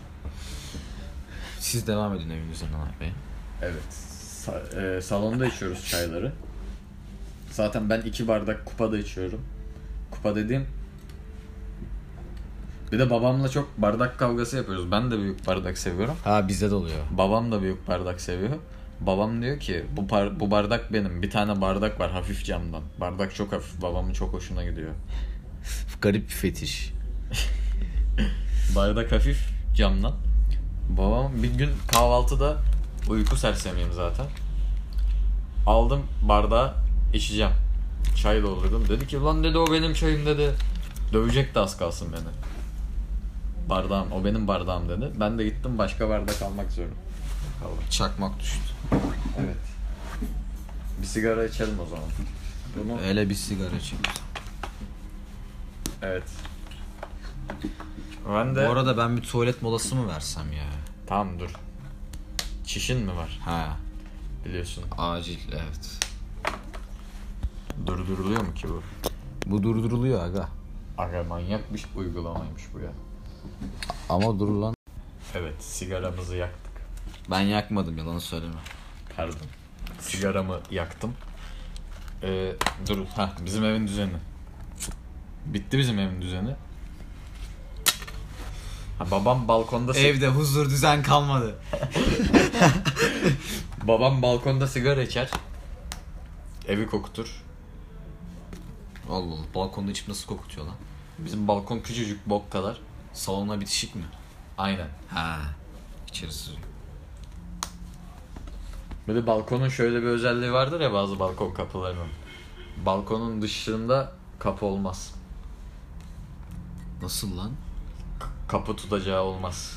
Siz devam edin evinizden abi. Evet. Salonda içiyoruz çayları. Zaten ben 2 bardak kupada içiyorum. Kupa dediğim... Bir de babamla çok bardak kavgası yapıyoruz. Ben de büyük bardak seviyorum. Ha, bizde de oluyor. Babam da büyük bardak seviyor. Babam diyor ki bu bardak benim. Bir tane bardak var hafif camdan. Bardak çok hafif. Babamın çok hoşuna gidiyor. Garip bir fetiş. Bardak hafif camdan. Babam bir gün kahvaltıda, uyku sersemiyim zaten, aldım bardağı, içeceğim. Çay doldurdum. Dedi ki lan dedi o benim çayım dedi. Dövecekti az kalsın beni. Bardağım, o benim bardağım dedi. Ben de gittim başka bardak almak zorunda kaldım. Çakmak düştü. Evet. Bir sigara içelim o zaman. Bunu... Öyle bir sigara çek. Evet. Ben de... Bu arada ben bir tuvalet molası mı versem ya? Tamam dur. Çişin mi var? Ha, Biliyorsun. acil, evet. Durduruluyor mu ki bu? Bu durduruluyor aga. Aga manyak bir uygulamaymış bu ya. Ama dur lan. Evet, sigaramızı yaktık. Ben yakmadım, yalan söyleme. Pardon. Sigaramı yaktım. Dur, bizim evin düzeni. Bitti bizim evin düzeni. Babam balkonda Evde huzur düzen kalmadı. babam balkonda sigara içer. Evi kokutur. Allah Allah, balkonda içip nasıl kokutuyor lan? Bizim balkon küçücük bok kadar. Salona bitişik mi? Aynen. Ha, içerisi. Bir de balkonun şöyle bir özelliği vardır ya bazı balkon kapılarının. Balkonun dışında kapı olmaz. Nasıl lan? Kapı tutacağı olmaz.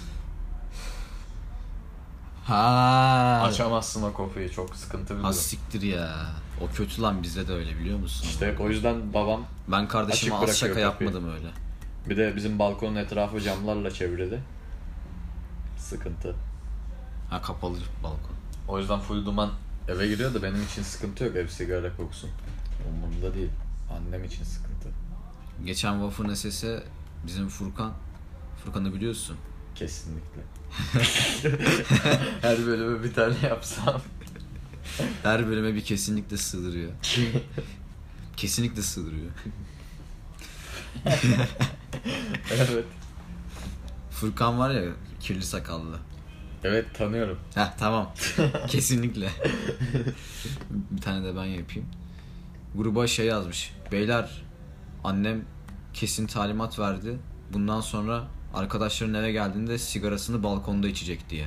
Ha. Açamazsın o kapıyı, çok sıkıntı bir Ha durum. siktir ya. O kötü lan, bizde de öyle, biliyor musun? İşte o yüzden babam, Ben kardeşime açık az şaka bırakıyor kapıyı. yapmadım öyle. bir de bizim balkonun etrafı camlarla çevrili. Sıkıntı. Ha, kapalı balkon. O yüzden full duman eve giriyor da benim için sıkıntı yok, ev sigara kokusun. Umurumda değil. Annem için sıkıntı. Geçen Waffle SS'e bizim Furkan'ı biliyorsun. Kesinlikle. Her bölüme bir tane yapsam. Her bölüme bir kesinlikle sığdırıyor. Kesinlikle sığdırıyor. Evet. Furkan var ya, kirli sakallı. Evet, tanıyorum. Heh, tamam. Kesinlikle. Bir tane de ben yapayım. Gruba şey yazmış. Beyler, annem kesin talimat verdi. Bundan sonra arkadaşların eve geldiğinde sigarasını balkonda içecek diye.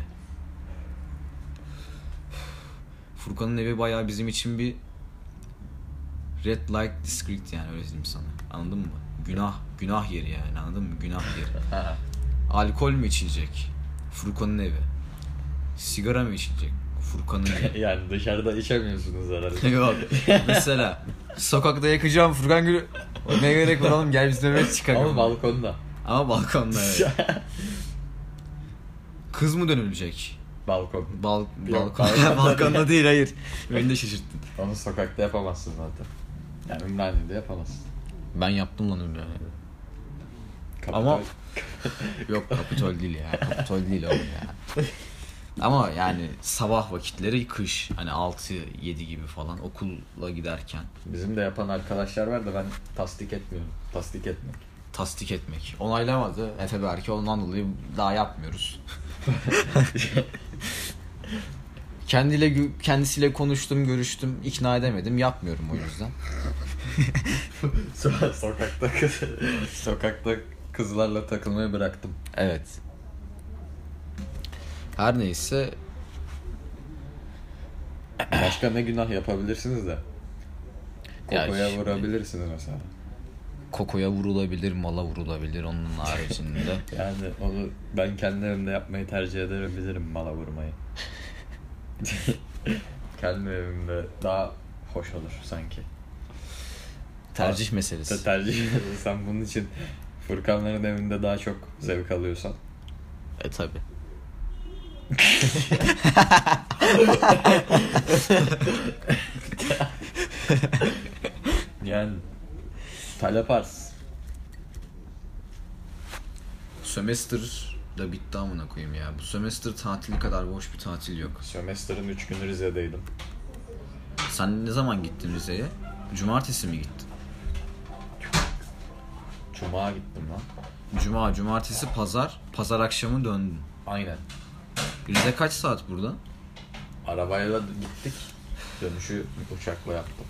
Furkan'ın evi bayağı bizim için bir Red light district yani, öyle diyeyim sana. Anladın mı? Günah yeri yani, anladın mı? Günah yeri. Alkol mü içilecek? Furkan'ın evi. Sigara mı içilecek? Furkan'ın evi. Yani dışarıda içemiyorsunuz herhalde. Yok. Mesela sokakta yakacağım Furkan Gül'ü. Ne gerek var oğlum, gel biz dövmek çıkalım. Ama balkonda. Ama balkonda evet. Kız mı dönülecek? Balkon. Balkon. balkonda Balkonda değil, hayır. Beni de şaşırttın. Onu sokakta yapamazsın zaten. Yani Ümraniye'de yapamazsın. Ben yaptım lan öyle. Kapitol. Ama yok, Kapitol değil ya. Kapitol değil oğlum ya. Ama yani sabah vakitleri kış, hani 6-7 gibi falan okula giderken Bizim de yapan arkadaşlar var da ben tasdik etmiyorum. Tasdik etmek. tasdik etmek. Onaylamadı Efe Berke, ondan dolayı daha yapmıyoruz. Kendisiyle konuştum, görüştüm, ikna edemedim, yapmıyorum o yüzden. Sokakta kızlarla takılmayı bıraktım. Evet. Her neyse, Başka ne günah yapabilirsiniz de? Ya Kokoya şimdi- vurabilirsiniz mesela. kokoya vurulabilir, mala vurulabilir, onun haricinde. Yani onu ben kendi evimde yapmayı tercih ederim, bilirim mala vurmayı. Kendi evimde daha hoş olur sanki. Tercih meselesi. Tercih sen bunun için Furkanların evinde daha çok zevk alıyorsan. Tabi. Yani talep arz. Sömestr da bitti amına koyayım ya. Bu sömestr tatili kadar boş bir tatil yok. Sömestr'ın 3 günü Rize'deydim. Sen ne zaman gittin Rize'ye? Cumartesi mi gittin? Cuma gittim lan. Cumartesi, pazar akşamı döndün. Aynen. Rize kaç saat buradan? Arabayla gittik. Dönüşü uçakla yaptım.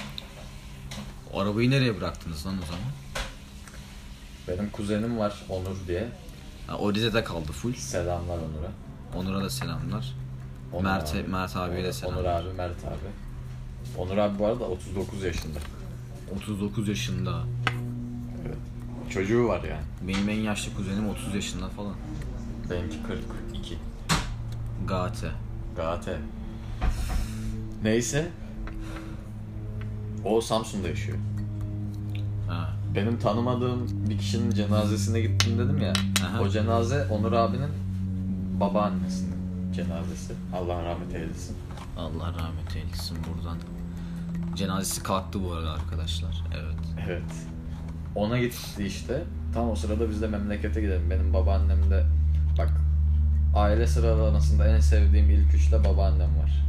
O arabayı nereye bıraktınız lan o zaman? Benim kuzenim var Onur diye. Ha, o Rize'de kaldı full. Selamlar Onur'a. Onur'a da selamlar. Onur Mert abiye de selamlar. Onur abi, Mert abi. Onur abi bu arada 39 yaşında. 39 yaşında. Evet. Çocuğu var yani. Benim en yaşlı kuzenim 30 yaşında falan. Benimki 42. Gate. Gate. Neyse. O Samsun'da yaşıyor. Ha. Benim tanımadığım bir kişinin cenazesine gittim dedim ya. Aha. O cenaze Onur abinin babaannesinin cenazesi. Allah rahmet eylesin. Allah rahmet eylesin buradan. Cenazesi kalktı bu arada arkadaşlar. Evet. Evet. Ona gitti işte. Tam o sırada biz de memlekete gidelim. Benim babaannem de bak, aile sıralamasında en sevdiğim ilk üçte babaannem var.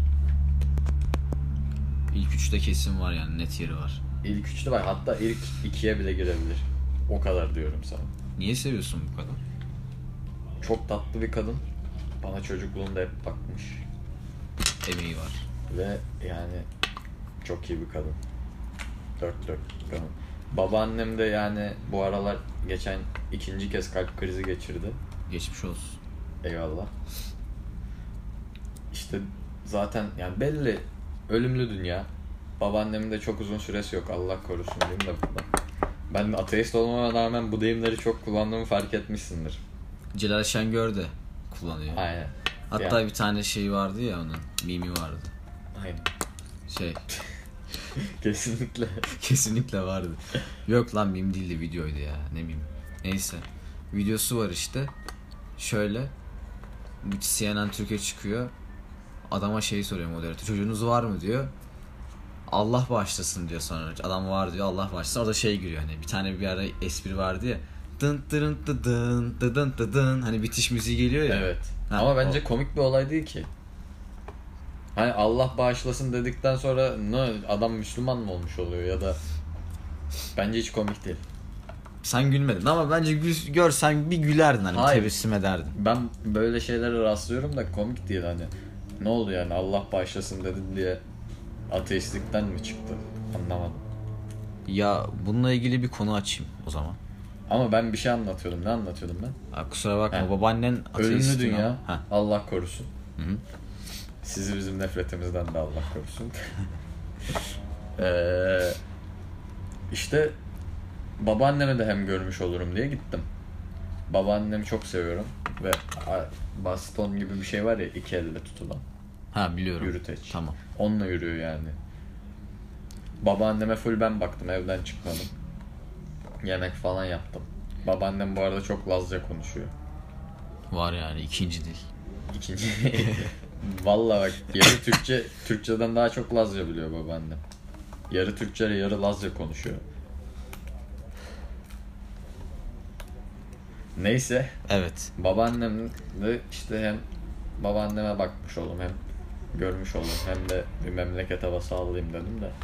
İlk üçte kesin var yani, net yeri var. İlk üçte var. Hatta ilk ikiye bile girebilir. O kadar diyorum sana. Niye seviyorsun bu kadar? Çok tatlı bir kadın. Bana çocukluğumda hep bakmış. Emeği var. Ve yani çok iyi bir kadın. Dört bir kadın. Babaannem de yani bu aralar geçen ikinci kez kalp krizi geçirdi. Geçmiş olsun. Eyvallah. İşte zaten yani belli, ölümlü dünya. Babaannemin de çok uzun süresi yok, Allah korusun diyeyim de burada. Ben ateist olmama rağmen bu deyimleri çok kullandığımı fark etmişsindir. Celal Şengör de kullanıyor. Aynen. Hatta Yani- bir tane şey vardı ya, onun mimi vardı. Aynen. Şey Kesinlikle. kesinlikle vardı. Yok lan, mim değil de videoydu ya, ne mim. Neyse. Videosu var işte. Şöyle. Bu CNN Türkiye çıkıyor. Adama şeyi soruyor moderatör. Çocuğunuz var mı diyor. Allah bağışlasın diyor sonra. Adam var diyor, Allah bağışlasın. Orada şey giriyor hani. Bir tane bir ara espri vardı ya. Dın dın dın dın dın dın dın. Hani bitiş müziği geliyor ya. Evet. Ha, Ama bence o. komik bir olay değil ki. Hani Allah bağışlasın dedikten sonra ne, adam Müslüman mı olmuş oluyor ya da bence hiç komik değil. Sen gülmedin ama bence görsen bir gülerdin hani, Hayır. tebessüm ederdin. Ben böyle şeylere rastlıyorum da komik değil hani. Ne oldu yani Allah bağışlasın dedin diye ateistlikten mi çıktı? Anlamadım. Ya bununla ilgili bir konu açayım o zaman. Ama ben bir şey anlatıyordum. Ne anlatıyordum ben? Ha, kusura bakma, He. babaannen ateist. Ölümlü dünya. Ha. Allah korusun. Hı-hı. Sizi bizim nefretimizden de Allah korusun. İşte babaannemi de hem görmüş olurum diye gittim. Babaannemi çok seviyorum ve baston gibi bir şey var ya, iki elle tutulan. Ha biliyorum. Yürüteç. Tamam. Onunla yürüyor yani. Babaanneme full ben baktım, evden çıkmadım. Yemek falan yaptım. Babaannem bu arada çok Lazca konuşuyor. Var yani ikinci dil. İkinci. Vallahi bak, yarı Türkçe, Türkçeden daha çok Lazca biliyor babaannem. Yarı Türkçe yarı Lazca konuşuyor. Neyse. Evet. Babaannem de işte hem babaanneme bakmış oldum, hem görmüş oldum, hem de bir memleket havası alayım dedim de.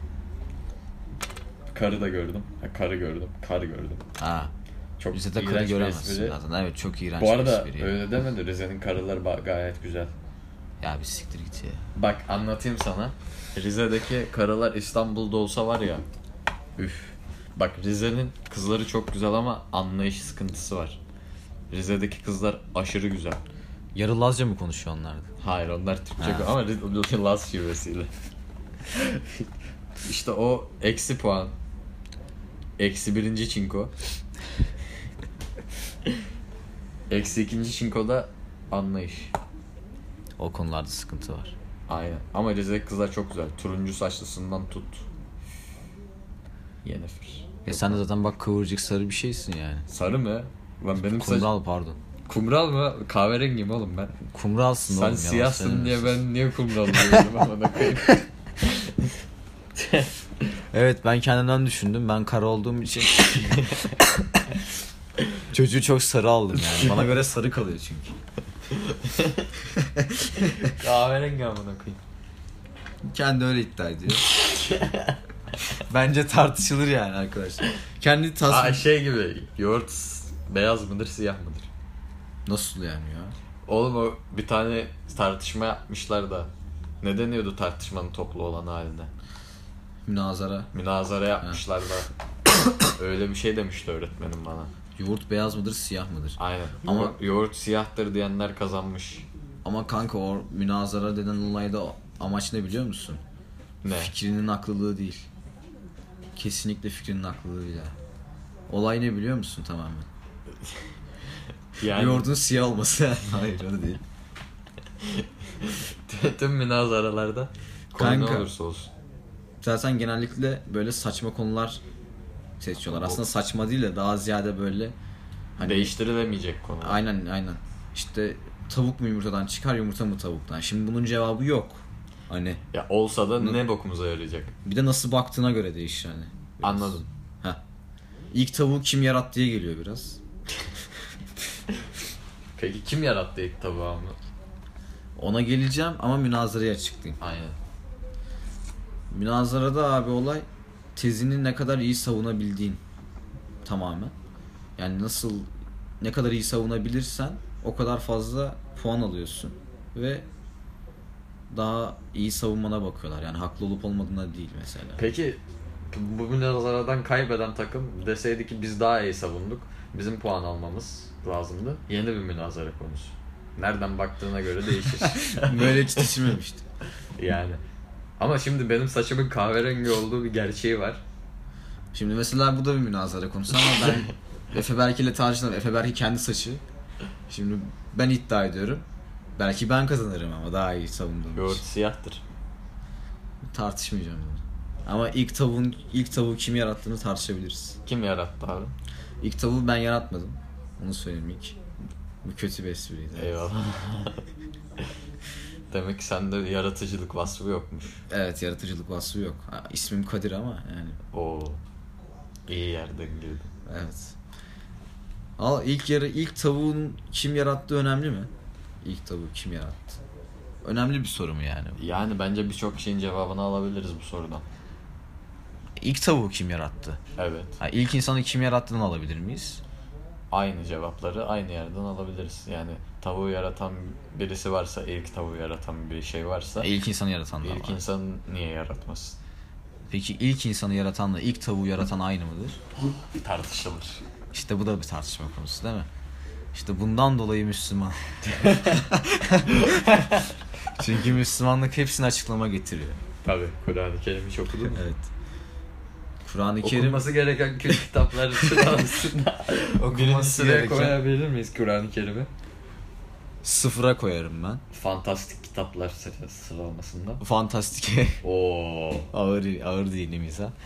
Karı da gördüm. Karı gördüm. Kar gördüm. Ha. Çok Rize'de karı iğrenç bir göremezsin espri. zaten. Evet, çok iğrenç Bu arada bir espri. öyle demedi. Rize'nin karıları gayet güzel. Ya bir siktir git ya. Bak anlatayım sana. Rize'deki karılar İstanbul'da olsa var ya. Üf. Bak Rize'nin kızları çok güzel ama anlayış sıkıntısı var. Rize'deki kızlar aşırı güzel. Yarı Lazca mı konuşuyor onlar da? Hayır, onlar Türkçe Ha. ama Laz şivesiyle. İşte o eksi puan. Eksi birinci çinko. Eksi ikinci çinkoda anlayış. O konularda sıkıntı var. Aynen. Ama Rize'deki kızlar çok güzel. Turuncu saçlısından tut. Yennefer. Ya sen de zaten bak kıvırcık sarı bir şeysin yani. Sarı mı? Lan benim saç... Kumral pardon. Kumral mı? Kahverengiyim oğlum ben. Kumralsın Sen oğlum. siyahsın diye ben niye kumral diyorum amına koyayım. Evet, ben kendimden düşündüm. Ben kara olduğum için çocuğu çok sarı aldım yani. Bana göre sarı kalıyor çünkü. Kahverengi amına koyayım. Kendi öyle iddia ediyor. Bence tartışılır yani arkadaşlar. Kendi tasvir... Şey gibi, yoğurt beyaz mıdır siyah mıdır? Nasıl yani ya? Oğlum o bir tane tartışma yapmışlar da. Ne deniyordu tartışmanın toplu olan haline? Münazara. Münazara yapmışlar da. Öyle bir şey demişti öğretmenim bana. Yoğurt beyaz mıdır siyah mıdır? Aynen. Ama- Ama yoğurt siyahtır diyenler kazanmış. Ama kanka o münazara denen olayda amaç ne biliyor musun? Ne? Fikrinin haklılığı değil. Kesinlikle fikrinin haklılığı değil. Olay ne biliyor musun tamamen? Yani Yoğurdun siyah olması. Hayır öyle değil. tüm münazaralarda konu ne Kanka. olursa olsun. Zaten genellikle böyle saçma konular seçiyorlar. Aslında saçma değil de daha ziyade böyle hani Değiştirilemeyecek konu. aynen. İşte tavuk mu yumurtadan çıkar, yumurta mı tavuktan? Şimdi bunun cevabı yok. Hani Ya olsa da ne bokumuza yarayacak? bir de nasıl baktığına göre değişir hani. Biraz. Anladım. Heh. İlk tavuğu kim yarattı diye geliyor biraz. Peki kim yarattı ilk tabağımı? Ona geleceğim ama münazarayı açıklayayım. Aynen. Münazarada abi olay tezini ne kadar iyi savunabildiğin tamamen. Yani ne kadar iyi savunabilirsen o kadar fazla puan alıyorsun ve daha iyi savunmana bakıyorlar. Yani haklı olup olmadığına değil mesela. Peki bu münazaradan kaybeden takım deseydi ki biz daha iyi savunduk, bizim puan almamız lazımdı. Yeni bir münazara konusu. Nereden baktığına göre değişir. Böyle hiç düşünmemiştim. Yani. Ama şimdi benim saçımın kahverengi olduğu bir gerçeği var. Şimdi mesela bu da bir münazara konusu ama ben Efe Berk ile tartıştım. Efe Berk'in kendi saçı. Şimdi ben iddia ediyorum. Belki ben kazanırım ama daha iyi savunduğum Yoğurt için. siyahtır. Tartışmayacağım bunu. Ama ilk tavuğu kim yarattığını tartışabiliriz. Kim yarattı abi? İlk tavuğu ben yaratmadım. Onu söyleyeyim ilk. Bu kötü bir espriydi. Eyvallah. Demek ki sende yaratıcılık vasfı yokmuş. Evet, yaratıcılık vasfı yok. İsmim Kadir ama yani. Oo. İyi yerden girdim. Evet. Al ilk tavuğun kim yarattığı önemli mi? İlk tavuğu kim yarattı? Önemli bir soru mu yani? Yani bence birçok şeyin cevabını alabiliriz bu sorudan. İlk tavuğu kim yarattı? Evet. İlk insanı kim yarattığını alabilir miyiz? Aynı cevapları aynı yerden alabiliriz. Yani tavuğu yaratan birisi varsa, ilk tavuğu yaratan bir şey varsa, İlk insanı yaratan da ilk var. insan niye yaratmasın? Peki ilk insanı yaratanla ilk tavuğu yaratan aynı mıdır? Tartışılır. İşte bu da bir tartışma konusu değil mi? İşte bundan dolayı Müslüman. Çünkü Müslümanlık hepsini açıklama getiriyor. Tabii. Kur'an-ı Kerim'i hiç okudun mu? Evet. Kur'an-ı Kerim Okunması gereken kült kitaplar sıralamasında birinci sıraya gereken- koyabilir miyiz Kur'an-ı Kerim'i? sıfıra koyarım ben. Fantastik kitaplar sıralamasında. Fantastik. Oo. ağır dinimiz ha.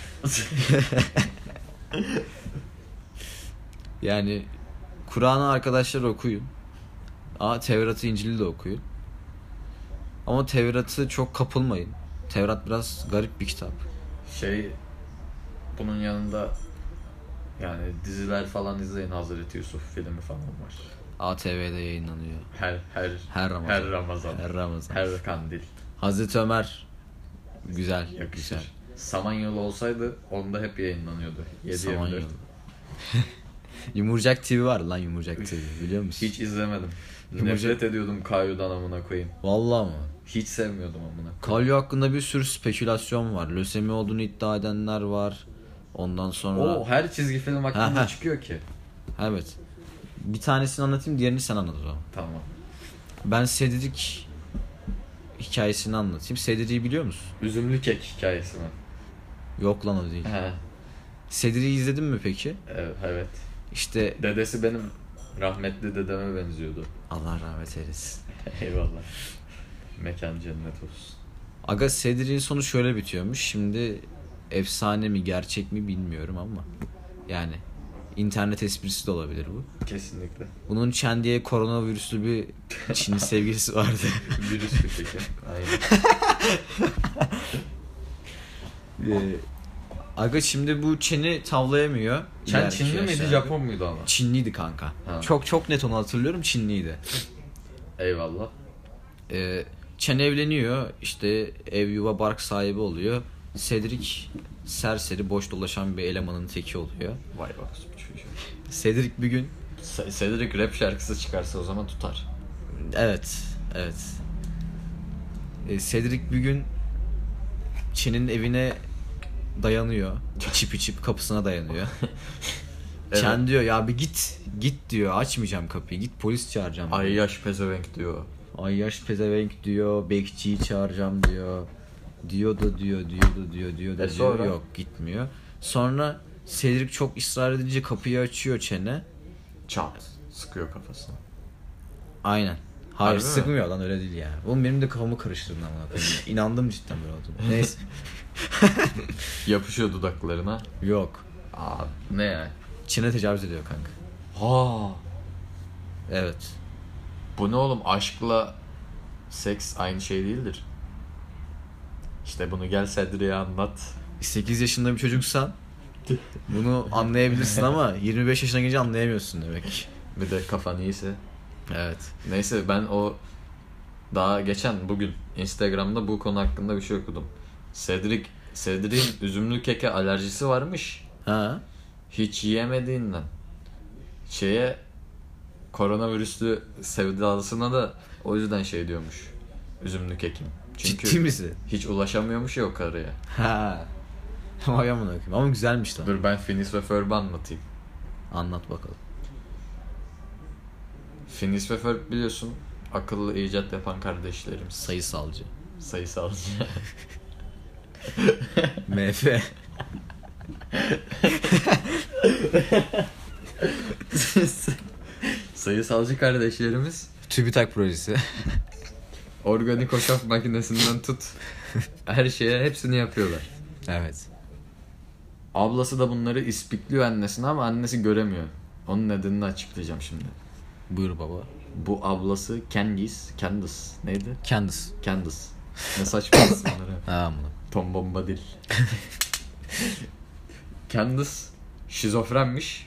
Yani Kur'an'ı arkadaşlar okuyun. Tevrat'ı, İncil'i de okuyun. Ama Tevrat'ı çok kapılmayın. Tevrat biraz garip bir kitap. Bunun yanında yani diziler falan izleyin. Hazreti Yusuf filmi falan var. ATV'de yayınlanıyor. Her Ramazan. Her Ramazan. Her Ramazan. Her kandil. Hazreti Ömer güzel. Yakışır. Güzel. Samanyolu olsaydı onda hep yayınlanıyordu. 7/24. Samanyolu. Yumurcak TV var lan, Yumurcak TV biliyor musun? Hiç izlemedim. Yumurcak- Nefret ediyordum Kayyu'dan amına koyayım. Vallahi mı? Hiç sevmiyordum amına. Kalyo hakkında bir sürü spekülasyon var. Lösemi olduğunu iddia edenler var. Ondan sonra... Her çizgi film hakkında Ha. çıkıyor ki. Evet. Bir tanesini anlatayım, diğerini sen anlat o zaman. Tamam. Ben Cedric hikayesini anlatayım. Cedric'i biliyor musun? Üzümlü kek hikayesi mi? Yok lan, o değil. He. Cedric'i izledin mi peki? Evet. İşte Dedesi benim rahmetli dedeme benziyordu. Allah rahmet eylesin. Eyvallah. Mekan cennet olsun. Aga, Cedric'in sonu şöyle bitiyormuş. Şimdi efsane mi gerçek mi bilmiyorum ama yani internet esprisi de olabilir bu. Kesinlikle. Bunun Chen diye koronavirüslü bir Çinli sevgilisi vardı. Virüslü keki. Aynen. Aga şimdi bu Chen'i tavlayamıyor. Çen İleriki Çinli miydi, yaşlarda. Japon muydu ama? Çinliydi kanka. Ha. Çok net onu hatırlıyorum, Çinliydi. Eyvallah. Chen evleniyor, işte ev yuva bark sahibi oluyor. Cedric serseri, boş dolaşan bir elemanın teki oluyor. Vay bak bu çocuğu. Cedric bir gün Cedric rap şarkısı çıkarsa o zaman tutar. evet Cedric bir gün Chen'in evine dayanıyor. İçip kapısına dayanıyor. Evet. Chen diyor ya bir git diyor, açmayacağım kapıyı, git polis çağıracağım diyor. Ay yaş pezevenk diyor. Ay yaş pezevenk diyor, bekçiyi çağıracağım diyor. Diyor da Sonra? yok, gitmiyor. Sonra Cedric çok ısrar edince kapıyı açıyor Chen'e. Çat. Sıkıyor kafasına. Aynen. Hayır, Harbi mi? sıkmıyor lan, öyle değil ya. Oğlum benim de kafamı karıştırdın ama. İnandım cidden böyle olduğunu. Neyse. Yapışıyor dudaklarına. Yok. Ne yani? Chen'e tecavüz ediyor kanka. Ha. Evet. Bu ne oğlum? Aşkla seks aynı şey değildir. İşte bunu gel Cedric'e anlat. 8 yaşında bir çocuksan bunu anlayabilirsin ama 25 yaşına gelince anlayamıyorsun demek. Bir de kafan iyiyse. Evet. Neyse ben daha bugün Instagram'da bu konu hakkında bir şey okudum. Cedric'in üzümlü keke alerjisi varmış. Ha? Hiç yiyemediğinden. Koronavirüslü sevdalısına da o yüzden diyormuş. Üzümlü kekim. Çünkü Ciddi misin? hiç ulaşamıyormuş ya o karıya. Ha. Vay amına koyayım. Ama güzelmiş lan. Dur ben Phineas ve Ferb'i anlatayım. Anlat bakalım. Phineas ve Ferb biliyorsun akıllı icat yapan kardeşlerimiz. Sayısalcı. Sayısalcı. MF. Sayısalcı kardeşlerimiz TÜBİTAK projesi. organik hoşaf makinesinden tut her şeye hepsini yapıyorlar. Evet. Ablası da bunları ispikliyor annesine ama annesi göremiyor. Onun nedenini açıklayacağım şimdi. Buyur baba. Bu ablası Candice neydi? Candice. Ne saçma isimleri. Ha amına. Tom Bombadil. Candice şizofrenmiş.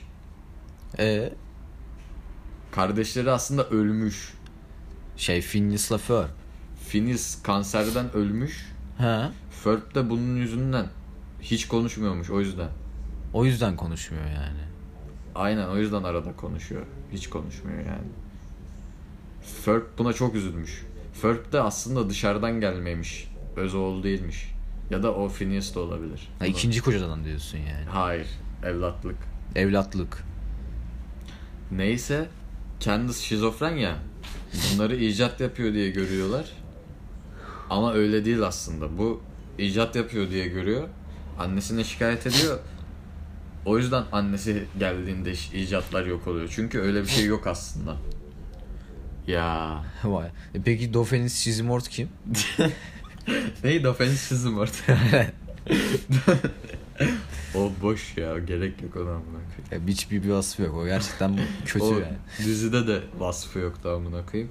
Kardeşleri aslında ölmüş. Phineas la Ferb. Phineas kanserden ölmüş. Ha? Ferb de bunun yüzünden hiç konuşmuyormuş o yüzden. O yüzden konuşmuyor yani. Aynen o yüzden arada konuşuyor. Hiç konuşmuyor yani. Ferb buna çok üzülmüş. Ferb de aslında dışarıdan gelmeymiş. Öz oğlu değilmiş. Ya da o Phineas da olabilir. Ha, ikinci kocadan diyorsun yani. Hayır. Evlatlık. Evlatlık. Neyse. Candice şizofren ya. Bunları icat yapıyor diye görüyorlar. Ama öyle değil aslında. Bu icat yapıyor diye görüyor. Annesine şikayet ediyor. O yüzden annesi geldiğinde icatlar yok oluyor. Çünkü öyle bir şey yok aslında. Ya. Vay. Peki Dofen'in Sizimort kim? Neydi o fensizm orada? O boş ya. Gerek yok ona amına koyayım. Hiçbir vasfı yok. O gerçekten kötü O yani. dizide de vasfı yoktu amına koyayım.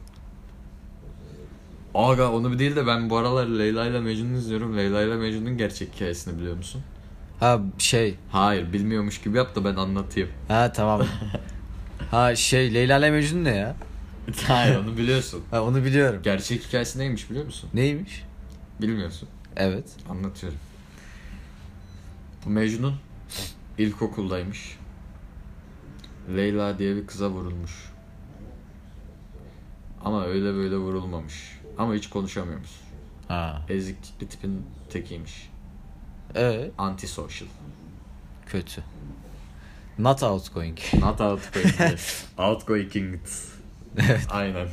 Aga onu bir değil de ben bu aralar Leyla ile Mecnun'u izliyorum. Leyla ile Mecnun'un gerçek hikayesini biliyor musun? Ha Hayır bilmiyormuş gibi yap da ben anlatayım. Ha tamam. Ha Leyla ile Mecnun ne ya? Hayır onu biliyorsun. Ha onu biliyorum. Gerçek hikayesi neymiş biliyor musun? Neymiş? Bilmiyorsun. Evet. Anlatıyorum. Bu Mecnun ilkokuldaymış. Leyla diye bir kıza vurulmuş. Ama öyle böyle vurulmamış. Ama hiç konuşamıyormuş. Ha. Ezik bir tipin tekiymiş. Antisocial. Kötü. Not outgoing. Not outgoing. Outgoing. Evet. Aynen.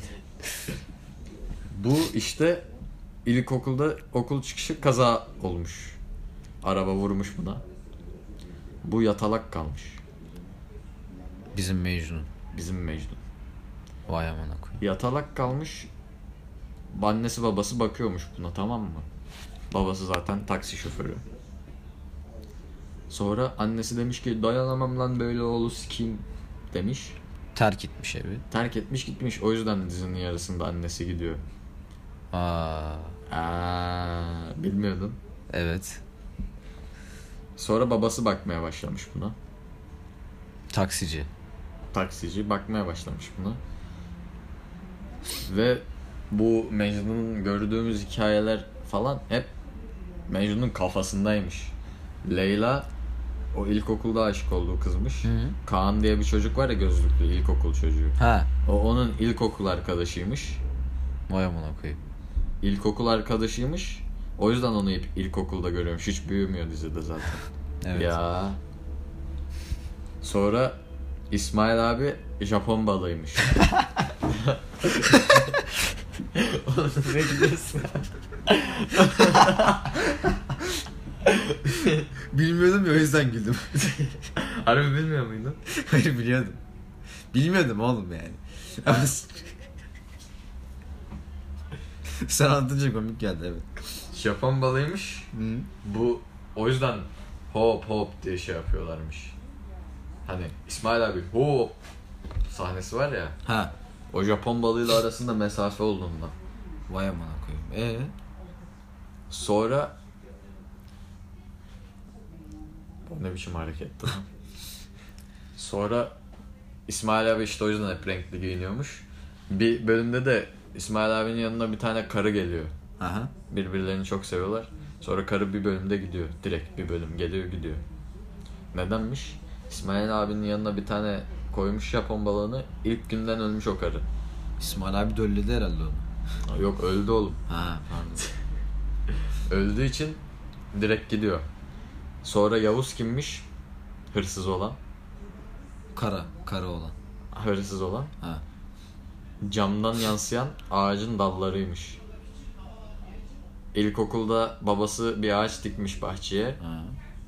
Bu işte ilkokulda okul çıkışı kaza olmuş. Araba vurmuş buna. Bu yatalak kalmış. Bizim Mecnun. Bizim Mecnun. Vay amına koyayım. Yatalak kalmış. Annesi babası bakıyormuş buna, tamam mı? Babası zaten taksi şoförü. Sonra annesi demiş ki dayanamam lan böyle oğlu sikeyim demiş. Terk etmiş evi. Terk etmiş gitmiş. O yüzden dizinin yarısında annesi gidiyor. Bilmiyordun. Evet. Sonra babası bakmaya başlamış buna. Taksici. Taksici bakmaya başlamış buna. Ve bu Mecnun'un gördüğümüz hikayeler falan hep Mecnun'un kafasındaymış. Leyla o ilkokulda aşık olduğu kızmış. Hı. Kaan diye bir çocuk var ya, gözlüklü ilkokul çocuğu. Ha. O onun ilkokul arkadaşıymış. Vay amına koyayım. İlkokul arkadaşıymış. O yüzden onu ilkokulda görüyormuş. Hiç büyümüyor dizide zaten. Evet. Ya. Sonra İsmail abi Japon balığıymış. Oğlum ne gülüyorsun? Bilmiyordum ya, o yüzden güldüm. Harbi bilmiyor muydun? Hayır biliyordum. Bilmiyordum oğlum yani. Ama sen anlatınca komik geldi, evet. Japon balığıymış. Hı. Bu o yüzden hop hop diye şey yapıyorlarmış. Hani İsmail abi hop sahnesi var ya. Ha. O Japon balığıyla arasında mesafe olduğundan. Vay amına koyayım. Sonra bu ne biçim hareketti lan? Sonra İsmail abi işte o yüzden hep renkli giyiniyormuş. Bir bölümde de İsmail abinin yanına bir tane karı geliyor. Aha. Birbirlerini çok seviyorlar. Sonra karı bir bölümde gidiyor. Direkt bir bölüm geliyor gidiyor. Nedenmiş? İsmail abinin yanına bir tane koymuş Japon balığını. İlk günden ölmüş o karı. İsmail abi dölledi herhalde onu. Yok öldü oğlum. Ha pardon. Öldüğü için direkt gidiyor. Sonra Yavuz kimmiş? Hırsız olan. Kara olan. Hırsız olan. Ha. Camdan yansıyan ağacın dallarıymış. İlkokulda babası bir ağaç dikmiş bahçeye. Ha.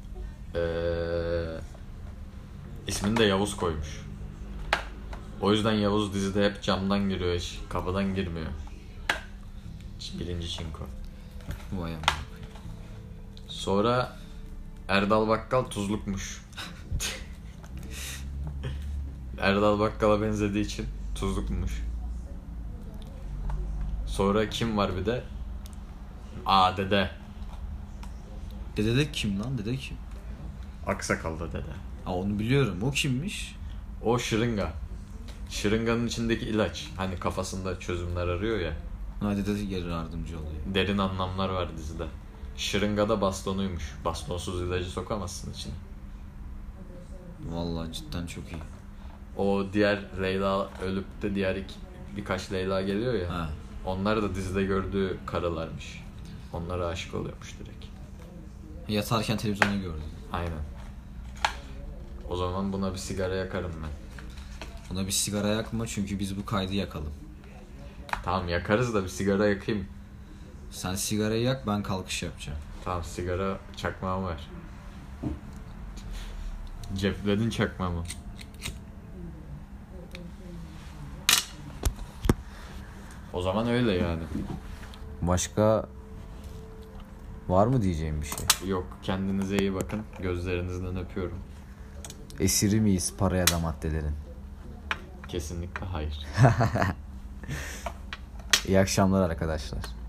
İsmini de Yavuz koymuş. O yüzden Yavuz dizide hep camdan giriyor, hiç kapıdan girmiyor. Birinci çinko. Vay amına. Sonra Erdal Bakkal tuzlukmuş. Erdal Bakkal'a benzediği için tuzlukmuş. Sonra kim var bir de? Dede. Dede kim lan? Dede kim? Aksakallı dede. Ha onu biliyorum. O kimmiş? O şırınga. Şırınganın içindeki ilaç. Hani kafasında çözümler arıyor ya. Ha dede geri yardımcı oluyor. Derin anlamlar var dizide. Şırıngada bastonuymuş. Bastonsuz ilacı sokamazsın içine. Vallahi cidden çok iyi. O diğer Leyla ölüp de birkaç Leyla geliyor ya. Ha. Onlar da dizide gördüğü karılarmış. Onlara aşık oluyormuş direkt. Yatarken televizyonda gördüm. Aynen. O zaman buna bir sigara yakarım ben. Ona bir sigara yakma çünkü biz bu kaydı yakalım. Tamam yakarız da bir sigara yakayım. Sen sigarayı yak, ben kalkış yapacağım. Tamam sigara çakmağım var. Cepledin çakmamı. O zaman öyle yani. Başka var mı diyeceğim bir şey? Yok, kendinize iyi bakın. Gözlerinizden öpüyorum. Esiri miyiz para ya da maddelerin? Kesinlikle hayır. İyi akşamlar arkadaşlar.